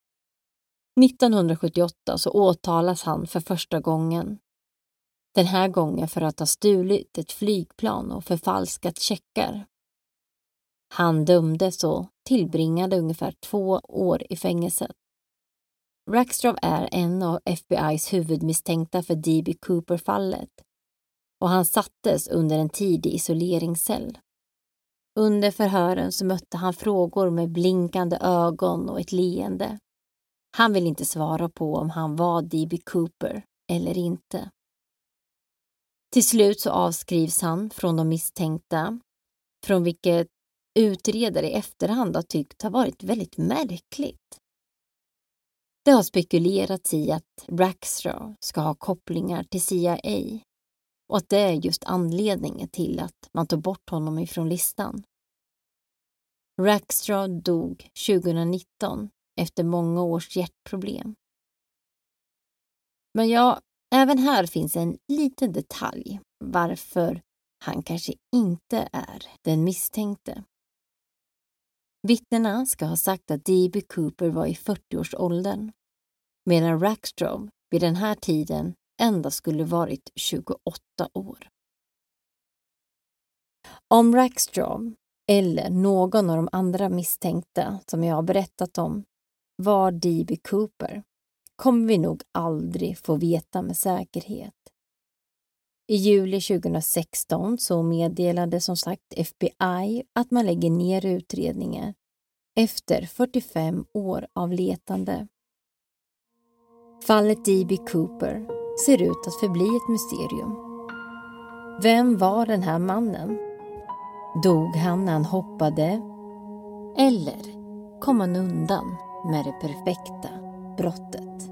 1978 så åtalas han för första gången. Den här gången för att ha stulit ett flygplan och förfalskat checkar. Han dömdes och tillbringade ungefär 2 år i fängelset. Rackstraw är en av FBI:s huvudmisstänkta för D.B. Cooper-fallet och han sattes under en tidig isoleringscell. Under förhören så mötte han frågor med blinkande ögon och ett leende. Han vill inte svara på om han var D.B. Cooper eller inte. Till slut så avskrivs han från de misstänkta, från vilket utredare i efterhand har tyckt har varit väldigt märkligt. Det har spekulerats i att Rackstraw ska ha kopplingar till CIA och att det är just anledningen till att man tog bort honom ifrån listan. Rackstraw dog 2019 efter många års hjärtproblem. Men ja, även här finns en liten detalj varför han kanske inte är den misstänkte. Vittnena ska ha sagt att D.B. Cooper var i 40-årsåldern, medan Rackstraw vid den här tiden endast skulle varit 28 år. Om Rackstraw eller någon av de andra misstänkta som jag har berättat om var D.B. Cooper kommer vi nog aldrig få veta med säkerhet. I juli 2016 så meddelade som sagt FBI att man lägger ner utredningen efter 45 år av letande. Fallet D.B. Cooper ser ut att förbli ett mysterium. Vem var den här mannen? Dog han när han hoppade? Eller kom han undan med det perfekta brottet?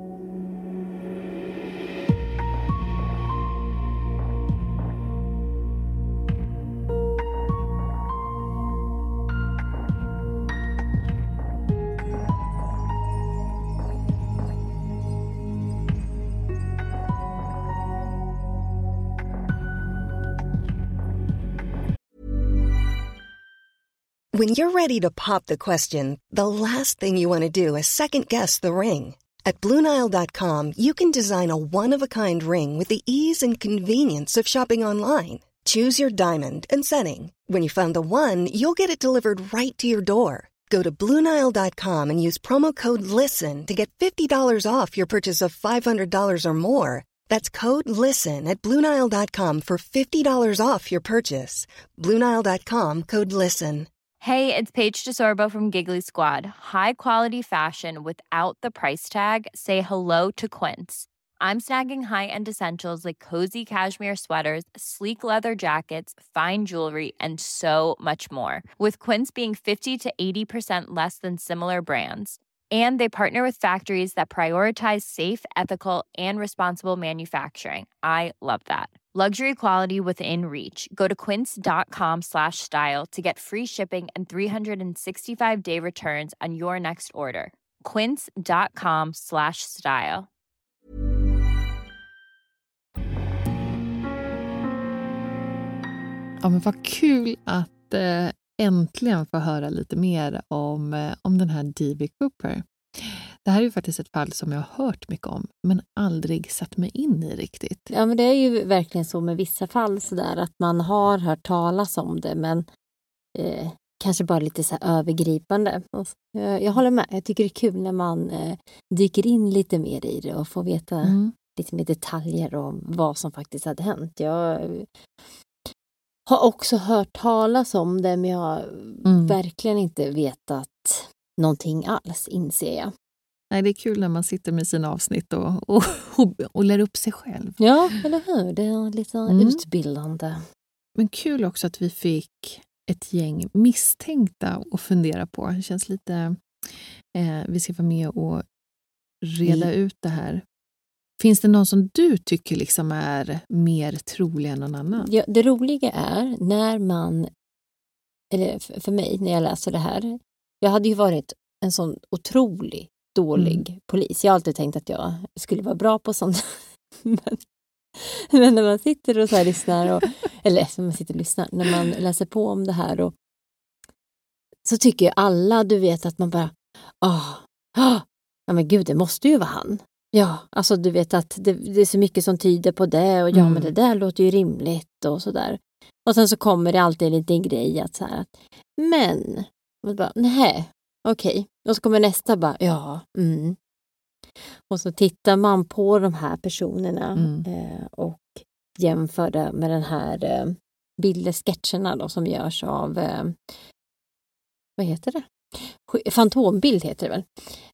When you're ready to pop the question, the last thing you want to do is second-guess the ring. At BlueNile.com, you can design a one-of-a-kind ring with the ease and convenience of shopping online. Choose your diamond and setting. When you find the one, you'll get it delivered right to your door. Go to BlueNile.com and use promo code LISTEN to get $50 off your purchase of $500 or more. That's code LISTEN at BlueNile.com for $50 off your purchase. BlueNile.com, code LISTEN. Hey, it's Paige DeSorbo from Giggly Squad. High quality fashion without the price tag. Say hello to Quince. I'm snagging high-end essentials like cozy cashmere sweaters, sleek leather jackets, fine jewelry, and so much more. With Quince being 50 to 80% less than similar brands. And they partner with factories that prioritize safe, ethical, and responsible manufacturing. I love that. Luxury quality within reach. Go to quince.com/style to get free shipping and 365-day returns on your next order. Quince.com/style. Ja, men vad kul att äntligen få höra lite mer om den här D.B. Cooper. Det här är ju faktiskt ett fall som jag har hört mycket om, men aldrig satt mig in i riktigt. Ja, men det är ju verkligen så med vissa fall så där att man har hört talas om det, men kanske bara lite så här övergripande. Jag håller med. Jag tycker det är kul när man dyker in lite mer i det och får veta lite mer detaljer om vad som faktiskt hade hänt. Jag har också hört talas om det, men jag har verkligen inte vetat någonting alls, inser jag. Nej, det är kul när man sitter med sina avsnitt och lär upp sig själv. Ja, eller hur? Det är lite utbildande. Men kul också att vi fick ett gäng misstänkta att fundera på. Det känns lite... vi ska vara med och reda ut det här. Finns det någon som du tycker liksom är mer trolig än någon annan? Ja, det roliga är när man... Eller för mig, när jag läser det här. Jag hade ju varit en sån otrolig dålig polis. Jag har alltid tänkt att jag skulle vara bra på sånt. Men när man sitter och så här lyssnar när man läser på om det här och så tycker ju alla, du vet, att man bara ja men gud, det måste ju vara han. Ja, alltså du vet att det är så mycket som tyder på det och men det där låter ju rimligt och sådär. Och sen så kommer det alltid en liten grej att så här att men och bara, nej, okej. Och så kommer nästa bara, Och så tittar man på de här personerna och jämför det med den här bildsketcherna då, som görs av, vad heter det? Fantombild heter det väl.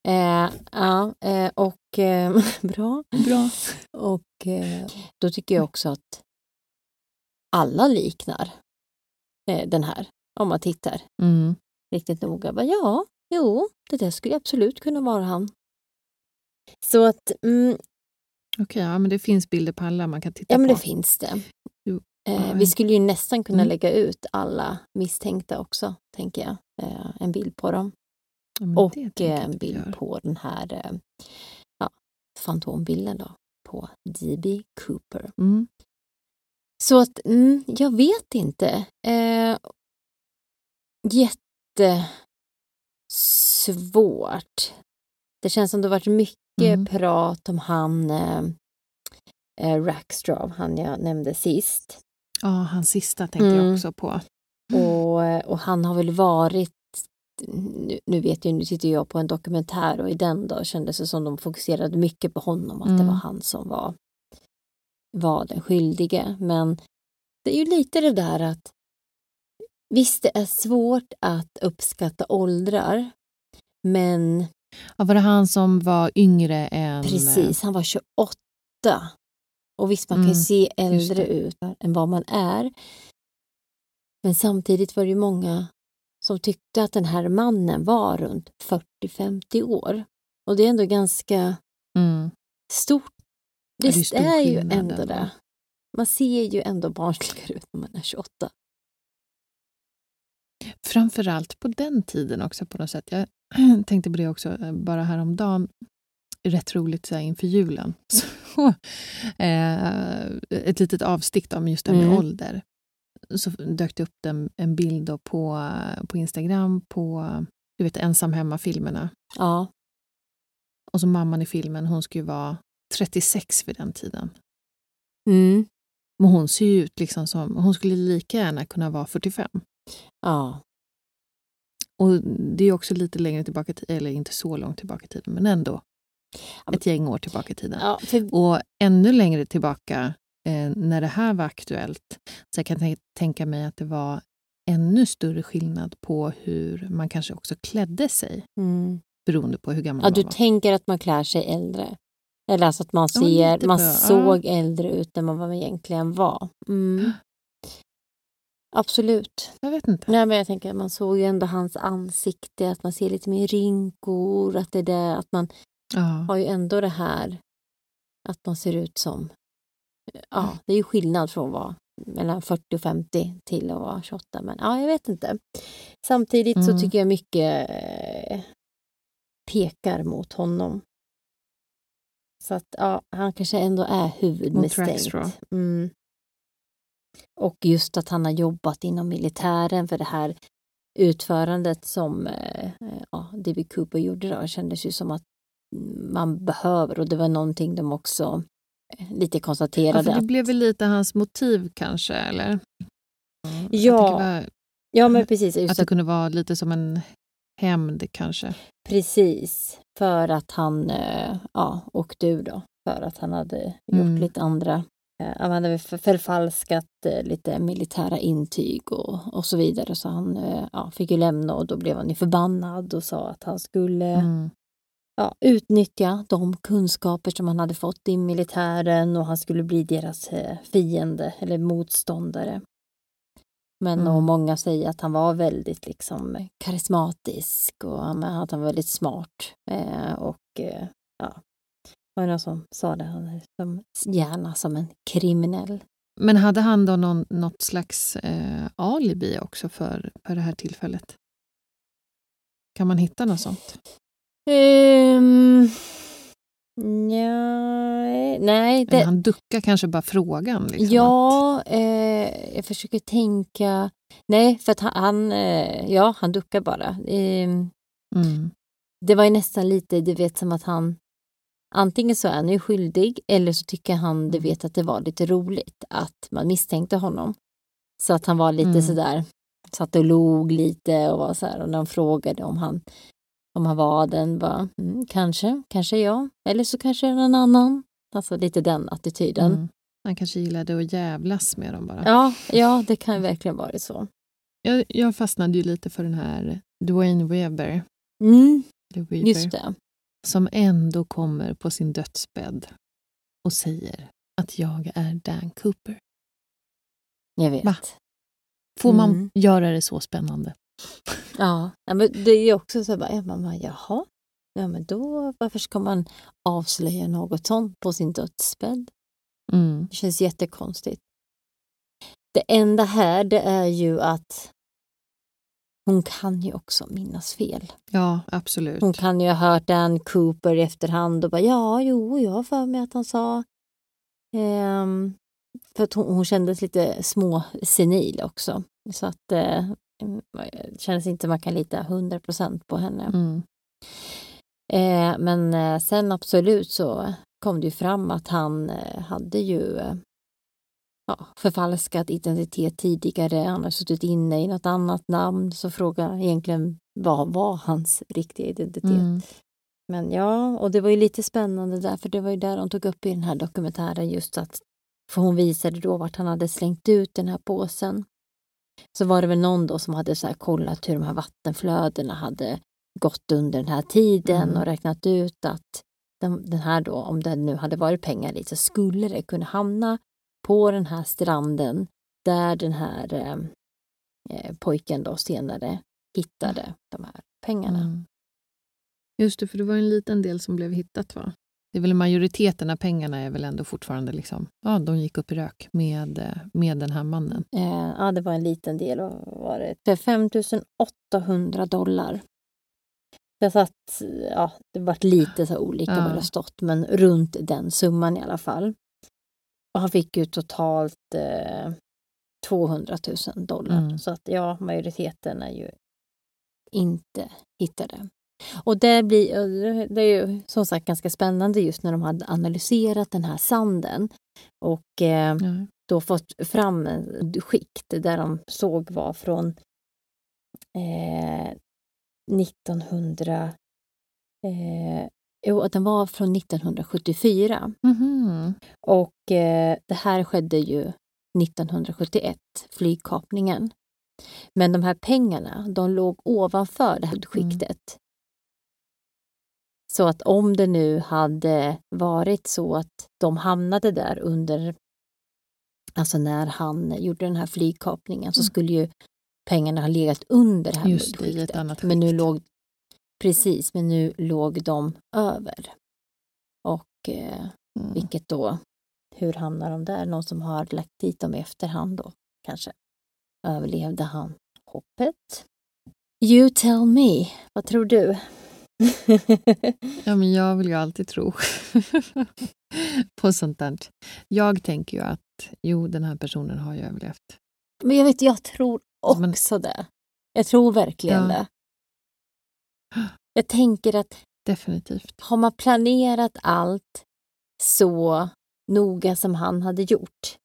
Bra. Och då tycker jag också att alla liknar den här, om man tittar riktigt noga. Det där skulle absolut kunna vara han. Så att... Okej, men det finns bilder på alla man kan titta på. Ja, men det finns det. Vi skulle ju nästan kunna lägga ut alla misstänkta också, tänker jag. En bild på dem. Och en bild på den här fantombilden då, på D.B. Cooper. Så att, jag vet inte. Jättesvårt. Det känns som det har varit mycket prat om han Rackstraw, han jag nämnde sist. Ja, han sista tänkte jag också på. Och han har väl varit, nu vet jag, nu sitter jag på en dokumentär och i den då kändes det som de fokuserade mycket på honom, att det var han som var den skyldige. Men det är ju lite det där att visst, det är svårt att uppskatta åldrar, men... Ja, var det han som var yngre än... Precis, han var 28. Och visst, man kan ju se äldre ut än vad man är. Men samtidigt var det ju många som tyckte att den här mannen var runt 40-50 år. Och det är ändå ganska stort. Det är ju ändå det. Man ser ju ändå barnsligare ut när man är 28. Framförallt på den tiden också på något sätt. Jag tänkte på det också bara häromdagen. Rätt roligt så här, inför julen. Så, ett litet avstick om just det med ålder. Så dök det upp en bild då på Instagram på, du vet, ensam hemma-filmerna. Ja. Och så mamman i filmen, hon skulle vara 36 vid den tiden. Men hon ser ju ut liksom som, hon skulle lika gärna kunna vara 45. Ja. Och det är också lite längre tillbaka i tiden, eller inte så långt tillbaka i tiden, men ändå ett gäng år tillbaka i tiden. Ja, och ännu längre tillbaka när det här var aktuellt, så jag kan tänka mig att det var ännu större skillnad på hur man kanske också klädde sig. Beroende på hur gammal man var. Du tänker att man klär sig äldre. Eller alltså att man ser, man såg äldre ut än vad man egentligen var. Absolut. Jag vet inte. Nej, men jag tänker att man såg ju ändå hans ansikte, att man ser lite mer rynkor, att det är det, att man har ju ändå det här att man ser ut som, det är ju skillnad från att vara mellan 40 och 50 till att vara 28, men jag vet inte. Samtidigt så tycker jag mycket pekar mot honom. Så att han kanske ändå är huvudmisstänkt. Och just att han har jobbat inom militären, för det här utförandet som D.B. Cooper gjorde då kändes ju som att man behöver, och det var någonting de också lite konstaterade. Ja, för det blev väl lite hans motiv kanske, eller? Ja, men precis. Just att det kunde vara lite som en hämnd kanske. Precis, för att han åkte ur då. För att han hade gjort lite andra. Han hade förfalskat lite militära intyg och så vidare. Så han fick ju lämna, och då blev han ju förbannad och sa att han skulle utnyttja de kunskaper som han hade fått i militären, och han skulle bli deras fiende eller motståndare. Men och många säger att han var väldigt liksom karismatisk, och att han var väldigt smart. Var det någon som sa det, han är gärna som en kriminell. Men hade han då något slags alibi också för det här tillfället? Kan man hitta något sånt? Nej. Han duckar kanske bara frågan. Liksom, jag försöker tänka. Nej, för att han duckar bara. Det var ju nästan lite, du vet, som att han antingen så är han ju skyldig, eller så tycker han, du vet, att det var lite roligt att man misstänkte honom. Så att han var lite sådär, satt och log lite och var så här, och när de frågade om han var den, bara, kanske jag, eller så kanske någon annan. Alltså lite den attityden. Han kanske gillade att jävlas med dem bara. Ja, det kan verkligen vara så. Jag fastnade ju lite för den här Dwayne Weber. Just det. Som ändå kommer på sin dödsbädd och säger att jag är Dan Cooper. Jag vet. Va? Får man göra det så spännande? Ja, men det är ju också så bara, mamma, jaha. Ja, men då, varför ska man avslöja något sånt på sin dödsbädd? Det känns jättekonstigt. Det enda här, det är ju att hon kan ju också minnas fel. Ja, absolut. Hon kan ju ha hört Dan Cooper i efterhand och bara, jag har för mig att han sa. För att hon kändes lite små senil också. Så att det känns inte man kan lita 100% på henne. Men sen absolut så kom det ju fram att han hade ju förfalskat identitet tidigare. Han har suttit inne i något annat namn. Så frågan egentligen, vad var hans riktiga identitet? Men och det var ju lite spännande där, för det var ju där de tog upp i den här dokumentären, just att, för hon visade då vart han hade slängt ut den här påsen. Så var det väl någon då som hade så här kollat hur de här vattenflödena hade gått under den här tiden och räknat ut att den här då, om det nu hade varit pengar dit, så skulle det kunna hamna på den här stranden där den här pojken då senare hittade de här pengarna. Just det, för det var en liten del som blev hittat, va? Det är väl majoriteten av pengarna är väl ändå fortfarande liksom, de gick upp i rök med den här mannen. Ja, det var en liten del, och var det $5,800. Så att, det var lite så olika vad det stått, men runt den summan i alla fall. Och han fick ju totalt $200,000. Så att majoriteten är ju inte hittade. Och det är ju som sagt ganska spännande just när de hade analyserat den här sanden och då fått fram en skikt där de såg var från 1974. Och det här skedde ju 1971, flygkapningen. Men de här pengarna, de låg ovanför det här skiktet. Så att om det nu hade varit så att de hamnade där under, alltså när han gjorde den här flygkapningen, så skulle ju pengarna ha legat under det här muddskiktet. Men nu låg, precis, men nu låg de över. Och vilket då, hur hamnar de där? Någon som har lagt dit dem i efterhand då, kanske. Överlevde han hoppet? You tell me, vad tror du? Ja, men jag vill ju alltid tro på sånt där. Jag tänker ju att den här personen har ju överlevt. Men jag tror också det. Jag tror verkligen det. Jag tänker att definitivt. Har man planerat allt så noga som han hade gjort,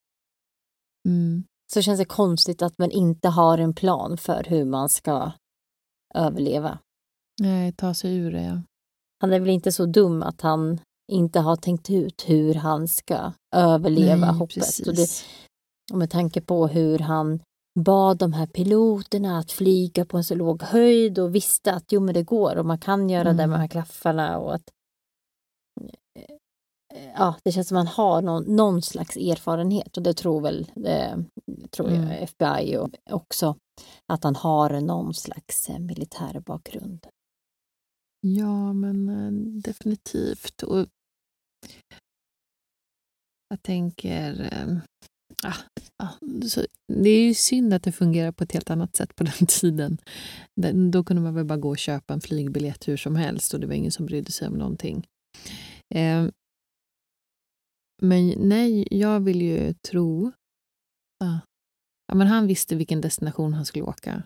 så känns det konstigt att man inte har en plan för hur man ska överleva. Nej, ta sig ur det, ja. Han är väl inte så dum att han inte har tänkt ut hur han ska överleva hoppet. Och med tanke på hur han bad de här piloterna att flyga på en så låg höjd och visste att men det går och man kan göra det med de här klaffarna och att det känns som att man har någon slags erfarenhet, och det tror jag FBI och också att han har någon slags militär bakgrund. Ja, men definitivt. Och jag tänker så det är ju synd att det fungerar på ett helt annat sätt på den tiden. Då kunde man väl bara gå och köpa en flygbiljett hur som helst och det var ingen som brydde sig om någonting. Men nej, jag vill ju tro men han visste vilken destination han skulle åka.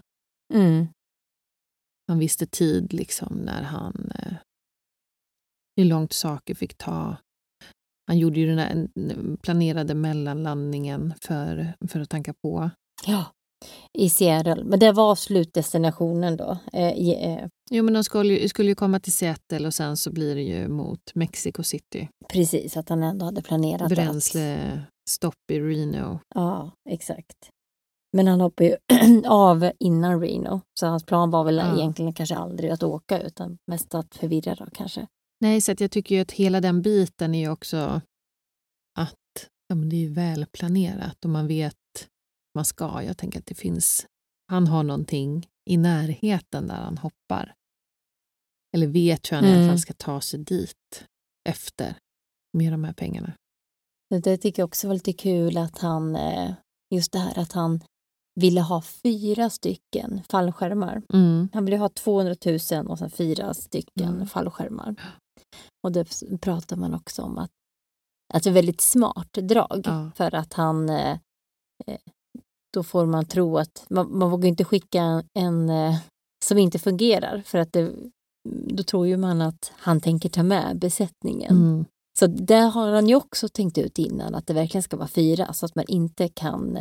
Han visste tid liksom när han hur långt saker fick ta. Han gjorde ju den där planerade mellanlandningen för att tanka på. Ja, i Seattle. Men det var slutdestinationen då. Jo, men de skulle ju komma till Seattle och sen så blir det ju mot Mexico City. Precis, att han ändå hade planerat bränslestopp i Reno. Ja, exakt. Men han hoppade ju av innan Reno. Så hans plan var väl egentligen kanske aldrig att åka, utan mest att förvirra då kanske. Nej, så att jag tycker ju att hela den biten är ju också att men det är ju välplanerat och man vet man ska. Jag tänker att det finns, han har någonting i närheten där han hoppar. Eller vet hur han i alla fall ska ta sig dit efter med de här pengarna. Det tycker jag också var lite kul att han, just det här att han ville ha 4 stycken fallskärmar. Han ville ha 200 000 och sen 4 stycken fallskärmar. Och det pratar man också om att det är väldigt smart drag. För att han då får man tro att man vågar inte skicka en som inte fungerar, för att då tror ju man att han tänker ta med besättningen. Så där har han ju också tänkt ut innan att det verkligen ska vara 4, så att man inte kan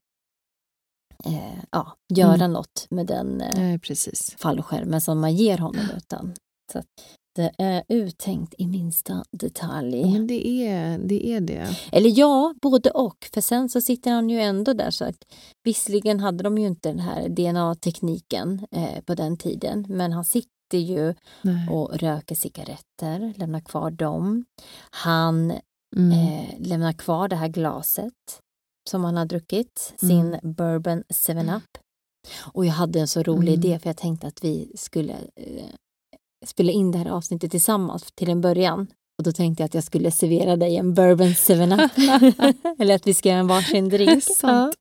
göra något med den fallskärmen som man ger honom, utan så det är uttänkt i minsta detalj. Men det är det. Eller ja, både och. För sen så sitter han ju ändå där, så att visserligen hade de ju inte den här DNA-tekniken på den tiden, men han sitter ju och röker cigaretter, lämnar kvar dem. Han lämnar kvar det här glaset som han har druckit, sin bourbon 7-Up. Och jag hade en så rolig idé, för jag tänkte att vi skulle spela in det här avsnittet tillsammans till en början. Och då tänkte jag att jag skulle servera dig en bourbon 7-Up. Eller att vi ska göra en varsin drink. Sant.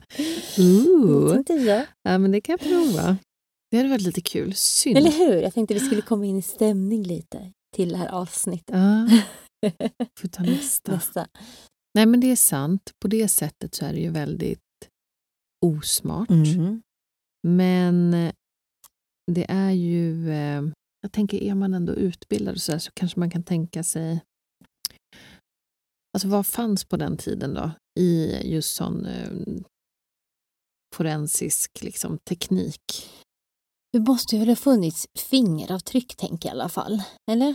Ja, men det kan jag prova. Det hade varit lite kul. Synd. Eller hur? Jag tänkte att vi skulle komma in i stämning lite till det här avsnittet. Får ta nästa. Nej, men det är sant. På det sättet så är det ju väldigt osmart. Men det är ju... jag tänker, är man ändå utbildad så kanske man kan tänka sig... Alltså vad fanns på den tiden då? I just sån forensisk liksom, teknik. Det måste ju ha funnits fingeravtryck, tänker jag i alla fall. Eller?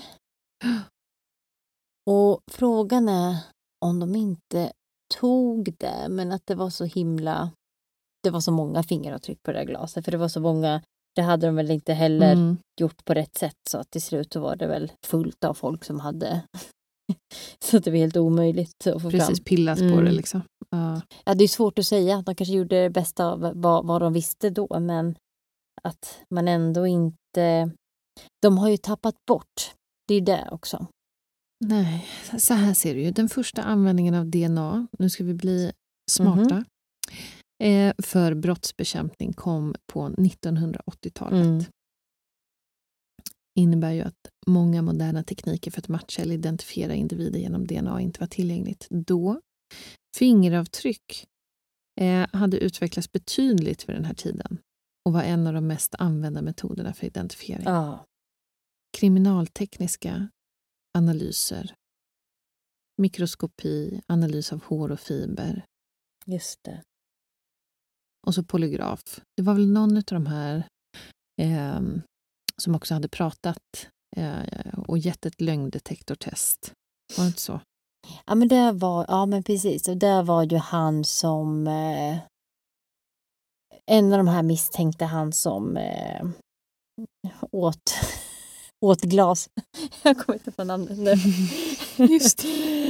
Och frågan är om de inte tog det, men att det var så himla det var så många fingeravtryck på det där glaset. För det var så många, det hade de väl inte heller gjort på rätt sätt. Så att till slut så var det väl fullt av folk som hade... så att det var helt omöjligt att få precis fram. pillas på det liksom. Ja, det är svårt att säga. De kanske gjorde det bästa av vad de visste då. Men att man ändå inte... De har ju tappat bort. Det är det också. Nej, så här ser det ju. Den första användningen av DNA, nu ska vi bli smarta, för brottsbekämpning kom på 1980-talet. Innebär ju att många moderna tekniker för att matcha eller identifiera individer genom DNA inte var tillgängligt då. Fingeravtryck hade utvecklats betydligt vid den här tiden och var en av de mest använda metoderna för identifiering. Kriminaltekniska analyser, mikroskopi, analys av hår och fiber. Just det. Och så polygraf. Det var väl någon av de här som också hade pratat och gett ett lögndetektortest. Var det inte så? Ja, men det var, ja men precis. Och det var ju han som en av de här misstänkte, han som åt glas. Jag kommer inte på namnet nu. Just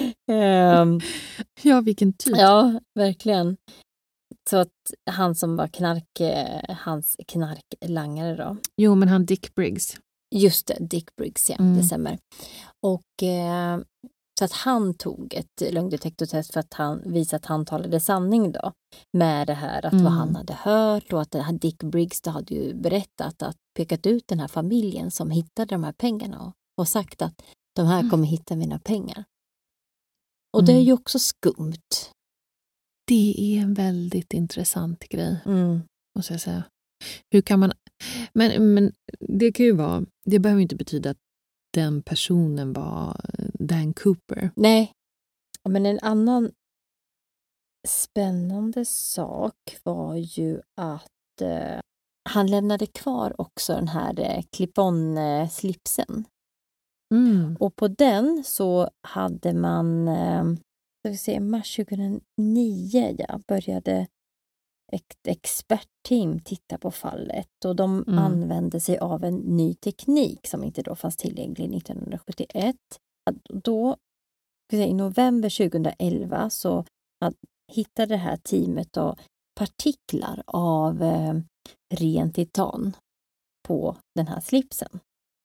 ja, vilken typ. Ja, verkligen. Så att han som var hans knarklangare då. Jo, men han Dick Briggs. Just det, Dick Briggs, ja, det stämmer. Och så att han tog ett lögndetektortest för att han visade att han talade sanning då. Med det här att vad han hade hört och att det här Dick Briggs då hade ju berättat att pekat ut den här familjen som hittade de här pengarna och sagt att de här kommer hitta mina pengar. Och det är ju också skumt. Det är en väldigt intressant grej, måste jag säga. Hur kan man... Men det kan ju vara... Det behöver inte betyda att den personen var Dan Cooper. Nej, men en annan spännande sak var ju att han lämnade kvar också den här clip-on-slipsen. Och på den så hade man... mars 2009 började ett expertteam titta på fallet och de använde sig av en ny teknik som inte då fanns tillgänglig 1971. Då, i november 2011 så hittade det här teamet då partiklar av ren titan på den här slipsen.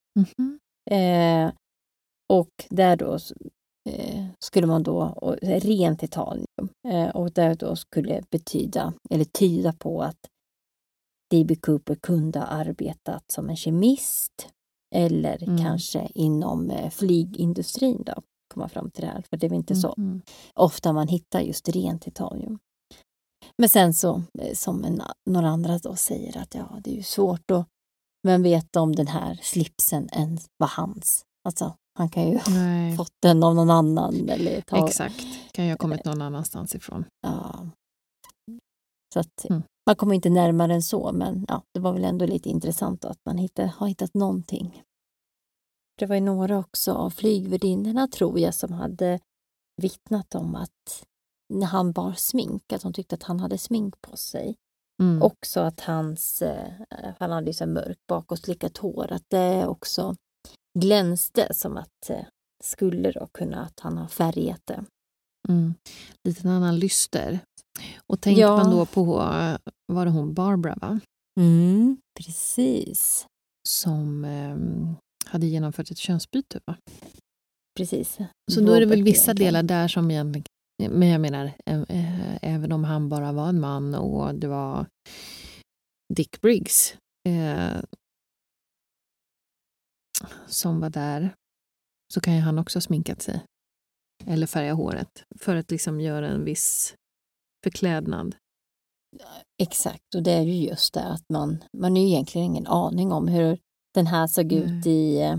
Och där då skulle man då, rent titanium, och där då skulle tyda på att D.B. Cooper kunde ha arbetat som en kemist eller kanske inom flygindustrin då, komma fram till det här, för det är inte så ofta man hittar just rent titanium. Men sen så, som några andra då säger att ja, det är ju svårt att men veta om den här slipsen ens var hans. Alltså, han kan ju fått den av någon annan. Eller exakt, kan ju ha kommit någon annanstans ifrån. Ja. Så att man kommer inte närmare än så, men ja, det var väl ändå lite intressant då, att man har hittat någonting. Det var ju några också av flygvärdinnorna, tror jag, som hade vittnat om att när han bar smink, att de tyckte att han hade smink på sig. Också att han hade så mörkt bakåtslickat hår, att det också glänste som att skulle då kunna att han har färgat det. Lite en annan lyster. Och tänkte man då på, var det hon Barbara, va? Precis. Som hade genomfört ett könsbyte, va? Precis. Så då är det väl vissa delar där som egentligen, men jag menar, även om han bara var en man och det var Dick Briggs som var där, så kan ju han också sminkat sig eller färga håret för att liksom göra en viss förklädnad. Exakt, och det är ju just det att man har ju egentligen ingen aning om hur den här såg ut i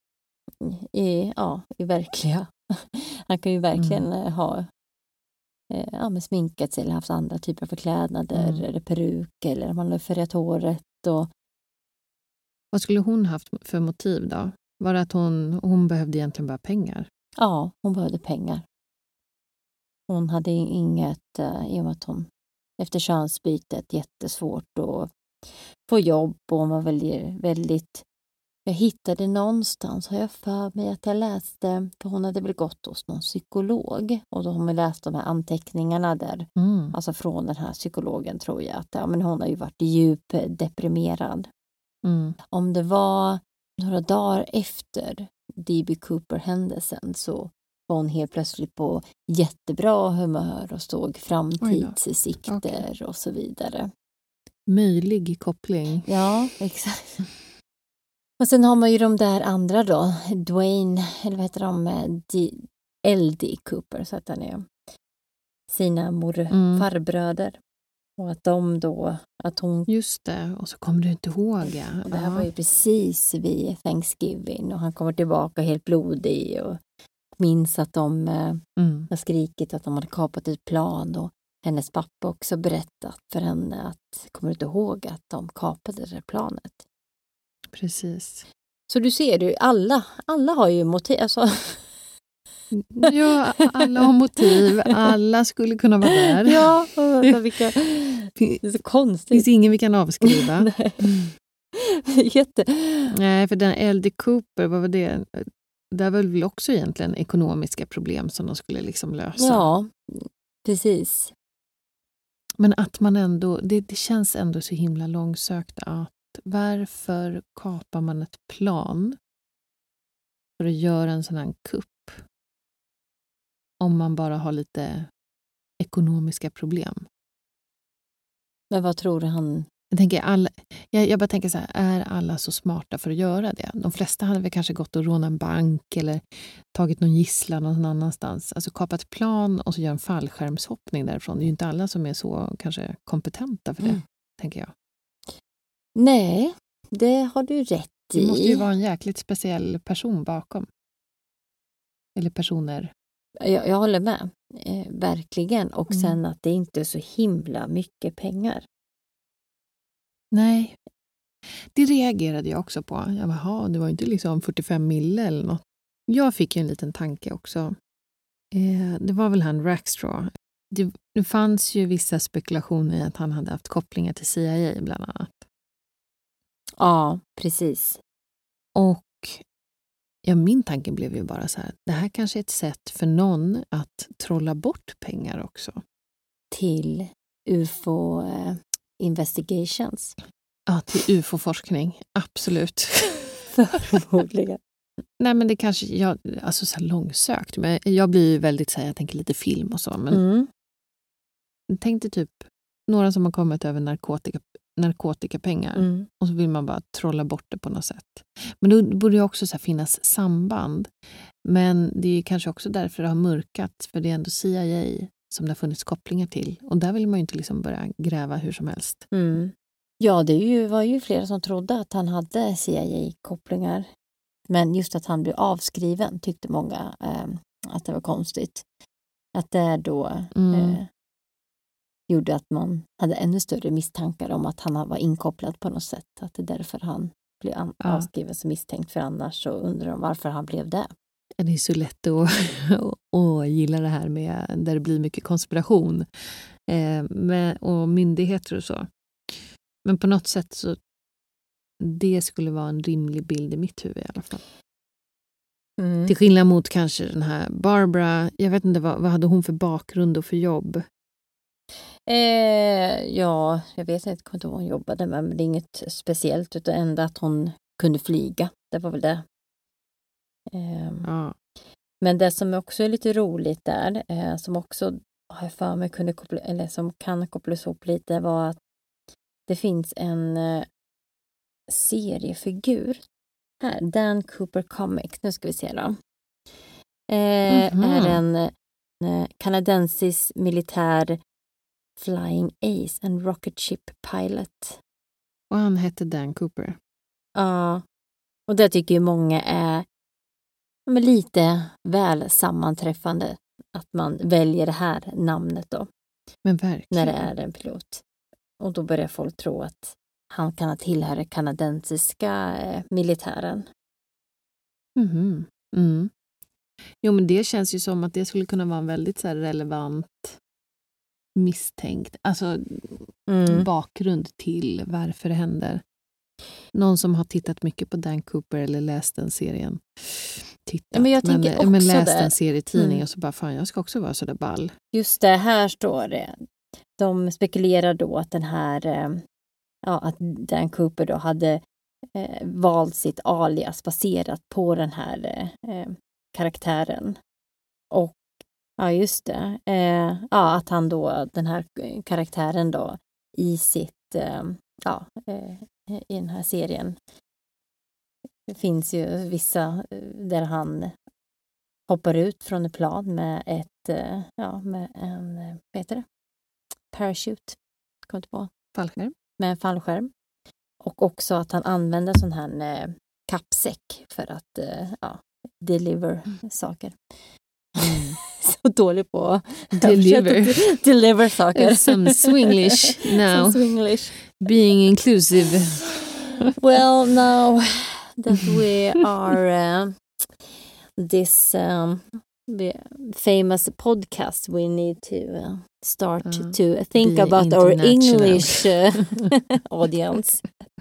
verkliga. Han kan ju verkligen ha sminkat sig eller haft andra typer av förklädnader eller peruk, eller man har färgat håret. Och... Vad skulle hon haft för motiv då? Var det att hon behövde egentligen bara pengar? Ja, hon behövde pengar. Hon hade inget, i och med att hon efter könsbytet jättesvårt att få jobb och hon var väldigt... Jag hittade någonstans, har jag för mig att jag läste, för hon hade väl gått hos någon psykolog och då har man läst de här anteckningarna där, alltså från den här psykologen tror jag att men hon har ju varit djupt deprimerad. Om det var några dagar efter D.B. Cooper-händelsen så var hon helt plötsligt på jättebra humör och såg framtidssikter och så vidare. Möjlig koppling. Ja, exakt. Och sen har man ju de där andra då, Dwayne, eller vad heter de, L.D. Cooper, så att han är sina farbröder. Och att de då, att hon... Just det, och så kommer du inte ihåg. Ja. Det här var ju precis vid Thanksgiving och han kommer tillbaka helt blodig och minns att de har skrikit att de hade kapat ett plan och hennes pappa också berättat för henne att, kommer du inte ihåg att de kapade det planet? Precis. Så du ser ju, alla har ju motiv. Alltså. Ja, alla har motiv. Alla skulle kunna vara där. Ja, alltså vilka... det är så konstigt. Det finns ingen vi kan avskriva. Nej. Nej, för den L.D. Cooper, vad var det? Det var väl också egentligen ekonomiska problem som de skulle liksom lösa. Ja, precis. Men att man ändå, det känns ändå så himla långsökt att varför kapar man ett plan för att göra en sån här kupp om man bara har lite ekonomiska problem? Men vad tror du han... Jag bara tänker så här, är alla så smarta för att göra det? De flesta hade väl kanske gått och rånat en bank eller tagit någon gisslan någon annanstans. Alltså kapat ett plan och så gör en fallskärmshoppning därifrån. Det är ju inte alla som är så kanske kompetenta för det, tänker jag. Nej, det har du rätt i. Det måste ju vara en jäkligt speciell person bakom. Eller personer. Jag håller med, verkligen. Och sen att det inte är så himla mycket pengar. Nej, det reagerade jag också på. Jag bara, det var inte liksom 45 mille eller något. Jag fick ju en liten tanke också. Det var väl han Rackstraw. Det fanns ju vissa spekulationer i att han hade haft kopplingar till CIA bland annat. Ja, precis. Och min tanke blev ju bara så här, det här kanske är ett sätt för någon att trolla bort pengar också. Till UFO investigations. Ja, till UFO-forskning, absolut. Förmodligen. Nej, men det kanske, alltså så här långsökt. Men jag blir ju väldigt så här, jag tänker lite film och så. Men tänk dig typ några som har kommit över narkotikapengar. Och så vill man bara trolla bort det på något sätt. Men då borde ju också så här finnas samband. Men det är kanske också därför det har mörkat. För det är ändå CIA som det har funnits kopplingar till. Och där vill man ju inte liksom börja gräva hur som helst. Ja, det var ju flera som trodde att han hade CIA-kopplingar. Men just att han blev avskriven tyckte många att det var konstigt. Att det då gjorde att man hade ännu större misstankar om att han var inkopplad på något sätt. Att det är därför han blev avskriven som misstänkt, för annars så undrar de varför han blev det. Det är så lätt att gilla det här med där det blir mycket konspiration och myndigheter och så. Men på något sätt så det skulle vara en rimlig bild i mitt huvud i alla fall. Till skillnad mot kanske den här Barbara, jag vet inte vad hade hon för bakgrund och för jobb? Ja, jag vet inte vad hon jobbade med, men det är inget speciellt utan enda att hon kunde flyga. Det var väl det. Men det som också är lite roligt där, som också har jag för mig som kan kopplas ihop lite, var att det finns en seriefigur här, Dan Cooper Comics, nu ska vi se då. Är en kanadensisk militär Flying Ace, en rocket ship pilot. Och han hette Dan Cooper. Ja, och det tycker ju många är lite väl sammanträffande att man väljer det här namnet då. Men verkligen. När det är en pilot. Och då börjar folk tro att han kan ha tillhöra kanadensiska militären. Jo, men det känns ju som att det skulle kunna vara en väldigt så här relevant misstänkt. Alltså bakgrund till varför det händer. Någon som har tittat mycket på Dan Cooper eller läst den serien. Men jag tänker också läst en serietidning och så bara, fan jag ska också vara så där ball. Just det, här står det. De spekulerar då att den här, att Dan Cooper då hade valt sitt alias baserat på den här karaktären. Och ja, just det. Att han då, den här karaktären då i sitt, i den här serien. Det finns ju vissa där han hoppar ut från ett plan med med en, vad heter det? Parachute. Kommer inte på. Fallskärm. Med en fallskärm. Och också att han använder sån här kappsäck för att deliver saker. Så dålig på att deliver saker. Some Swinglish now. Some Swinglish. Being inclusive. Well, now that we are this famous podcast, we need to start to think about our English audience.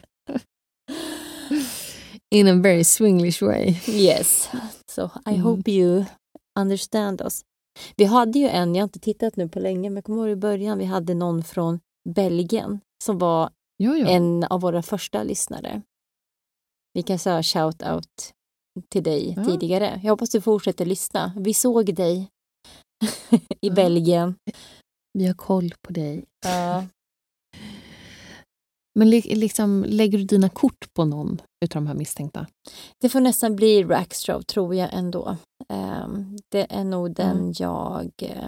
In a very Swinglish way. Yes, so I hope you understand us. Vi hade ju jag har inte tittat nu på länge, men jag kommer ihåg i början, vi hade någon från Belgien som var en av våra första lyssnare. Vi kan säga shout out till dig tidigare. Jag hoppas du fortsätter lyssna. Vi såg dig i Belgien. Vi har koll på dig. Men liksom, lägger du dina kort på någon utav de här misstänkta? Det får nästan bli Rackstraw, tror jag ändå. Det är nog den jag...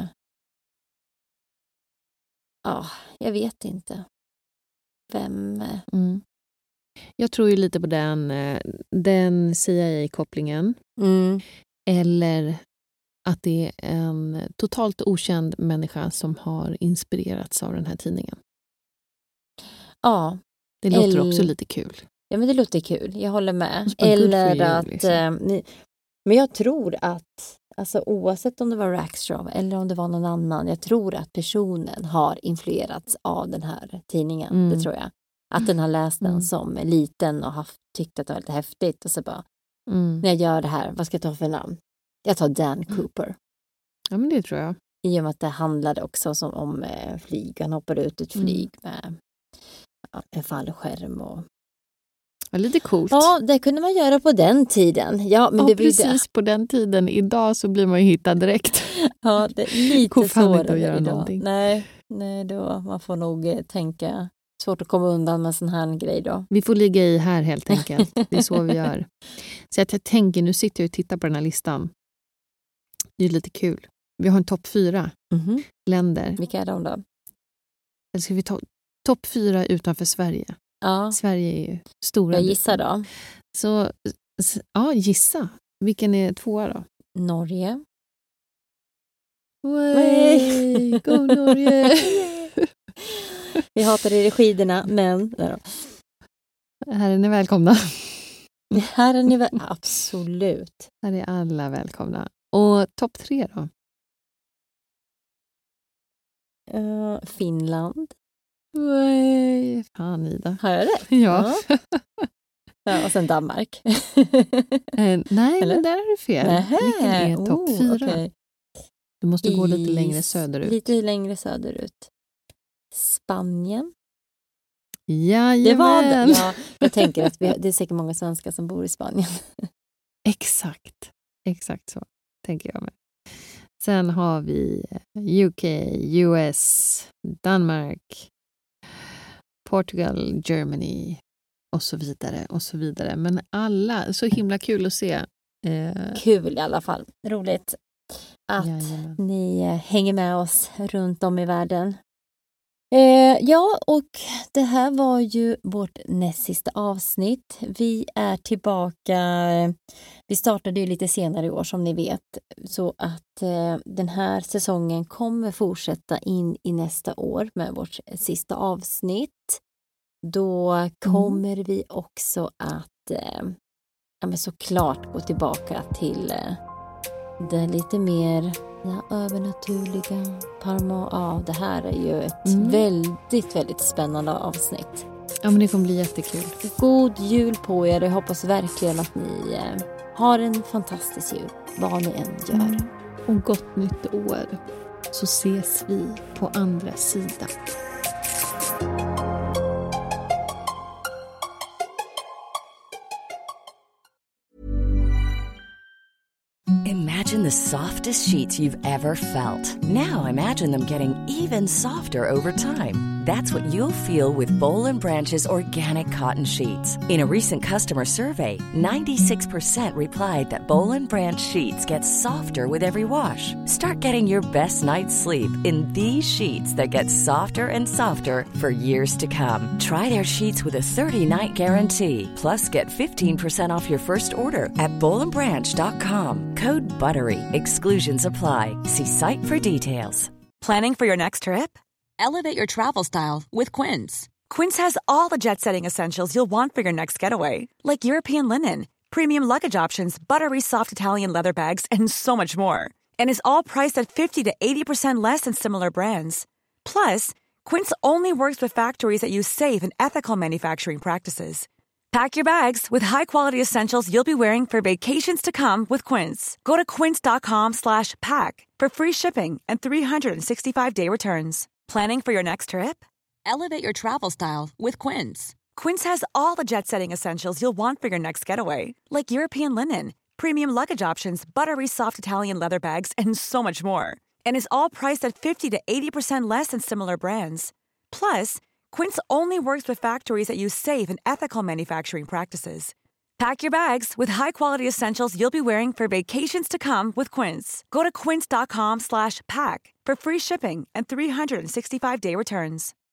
jag vet inte. Vem... Jag tror ju lite på den CIA-kopplingen. Eller att det är en totalt okänd människa som har inspirerats av den här tidningen. Ja. Det låter också lite kul. Ja, men det låter kul. Jag håller med. Eller att... Liksom. Men jag tror att, alltså oavsett om det var Rackstraw eller om det var någon annan, jag tror att personen har influerats av den här tidningen. Det tror jag. Att den har läst den som liten och tyckt att det var lite häftigt. Och så bara, när jag gör det här, vad ska jag ta för namn? Jag tar Dan Cooper. Ja, men det tror jag. I och med att det handlade också om flyg. Han hoppade ut ett flyg med en fallskärm. Och... Ja, lite coolt. Ja, det kunde man göra på den tiden. Ja, men det precis på den tiden. Idag så blir man ju hittad direkt. Ja, det är lite svårare att göra idag. Någonting. Nej, då man får nog tänka... Svårt att komma undan med en sån här grej då. Vi får ligga i här helt enkelt. Det är så vi gör. Så jag tänker, nu sitter jag och tittar på den här listan. Det är lite kul. Vi har en topp 4 länder. Vilka är de då? Eller ska vi ta topp 4 utanför Sverige? Ja. Sverige är ju stora. Jag gissar då. Så, gissa. Vilken är 2 då? Norge. Way, go Norge! Vi hatar er i skidorna, men... Här är ni välkomna. Här är ni absolut. Här är alla välkomna. Och topp 3 då? Finland. Nej, fan Ida. Har jag det? Ja. Och sen Danmark. Nej, men där är du fel. Vilken är topp 4? Okay. Du måste gå lite längre söderut. Lite längre söderut. Spanien. Jajamän. Det var det. Ja, jag tänker att det är säkert många svenskar som bor i Spanien. Exakt så tänker jag med. Sen har vi UK, US, Danmark, Portugal, Germany och så vidare och så vidare. Men alla, så himla kul att se. Kul i alla fall. Roligt att ni hänger med oss runt om i världen. Ja, och det här var ju vårt näst sista avsnitt. Vi är tillbaka. Vi startade ju lite senare i år som ni vet. Så att den här säsongen kommer fortsätta in i nästa år med vårt sista avsnitt. Då kommer vi också att såklart gå tillbaka till det lite mer övernaturliga. Det här är ju ett väldigt, väldigt spännande avsnitt. Ja, men det kommer bli jättekul. God jul på er. Jag hoppas verkligen att ni har en fantastisk jul, vad ni än gör. Och gott nytt år. Så ses vi på andra sidan. Imagine the softest sheets you've ever felt. Now imagine them getting even softer over time. That's what you'll feel with Boll & Branch's organic cotton sheets. In a recent customer survey, 96% replied that Boll & Branch sheets get softer with every wash. Start getting your best night's sleep in these sheets that get softer and softer for years to come. Try their sheets with a 30-night guarantee. Plus, get 15% off your first order at bollandbranch.com. Code BUTTERY. Exclusions apply. See site for details. Planning for your next trip? Elevate your travel style with Quince. Quince has all the jet-setting essentials you'll want for your next getaway, like European linen, premium luggage options, buttery soft Italian leather bags, and so much more. And is all priced at 50 to 80% less than similar brands. Plus, Quince only works with factories that use safe and ethical manufacturing practices. Pack your bags with high-quality essentials you'll be wearing for vacations to come with Quince. Go to quince.com/pack for free shipping and 365-day returns. Planning for your next trip? Elevate your travel style with Quince. Quince has all the jet-setting essentials you'll want for your next getaway, like European linen, premium luggage options, buttery soft Italian leather bags, and so much more. And is all priced at 50 to 80% less than similar brands. Plus, Quince only works with factories that use safe and ethical manufacturing practices. Pack your bags with high-quality essentials you'll be wearing for vacations to come with Quince. Go to quince.com/pack for free shipping and 365-day returns.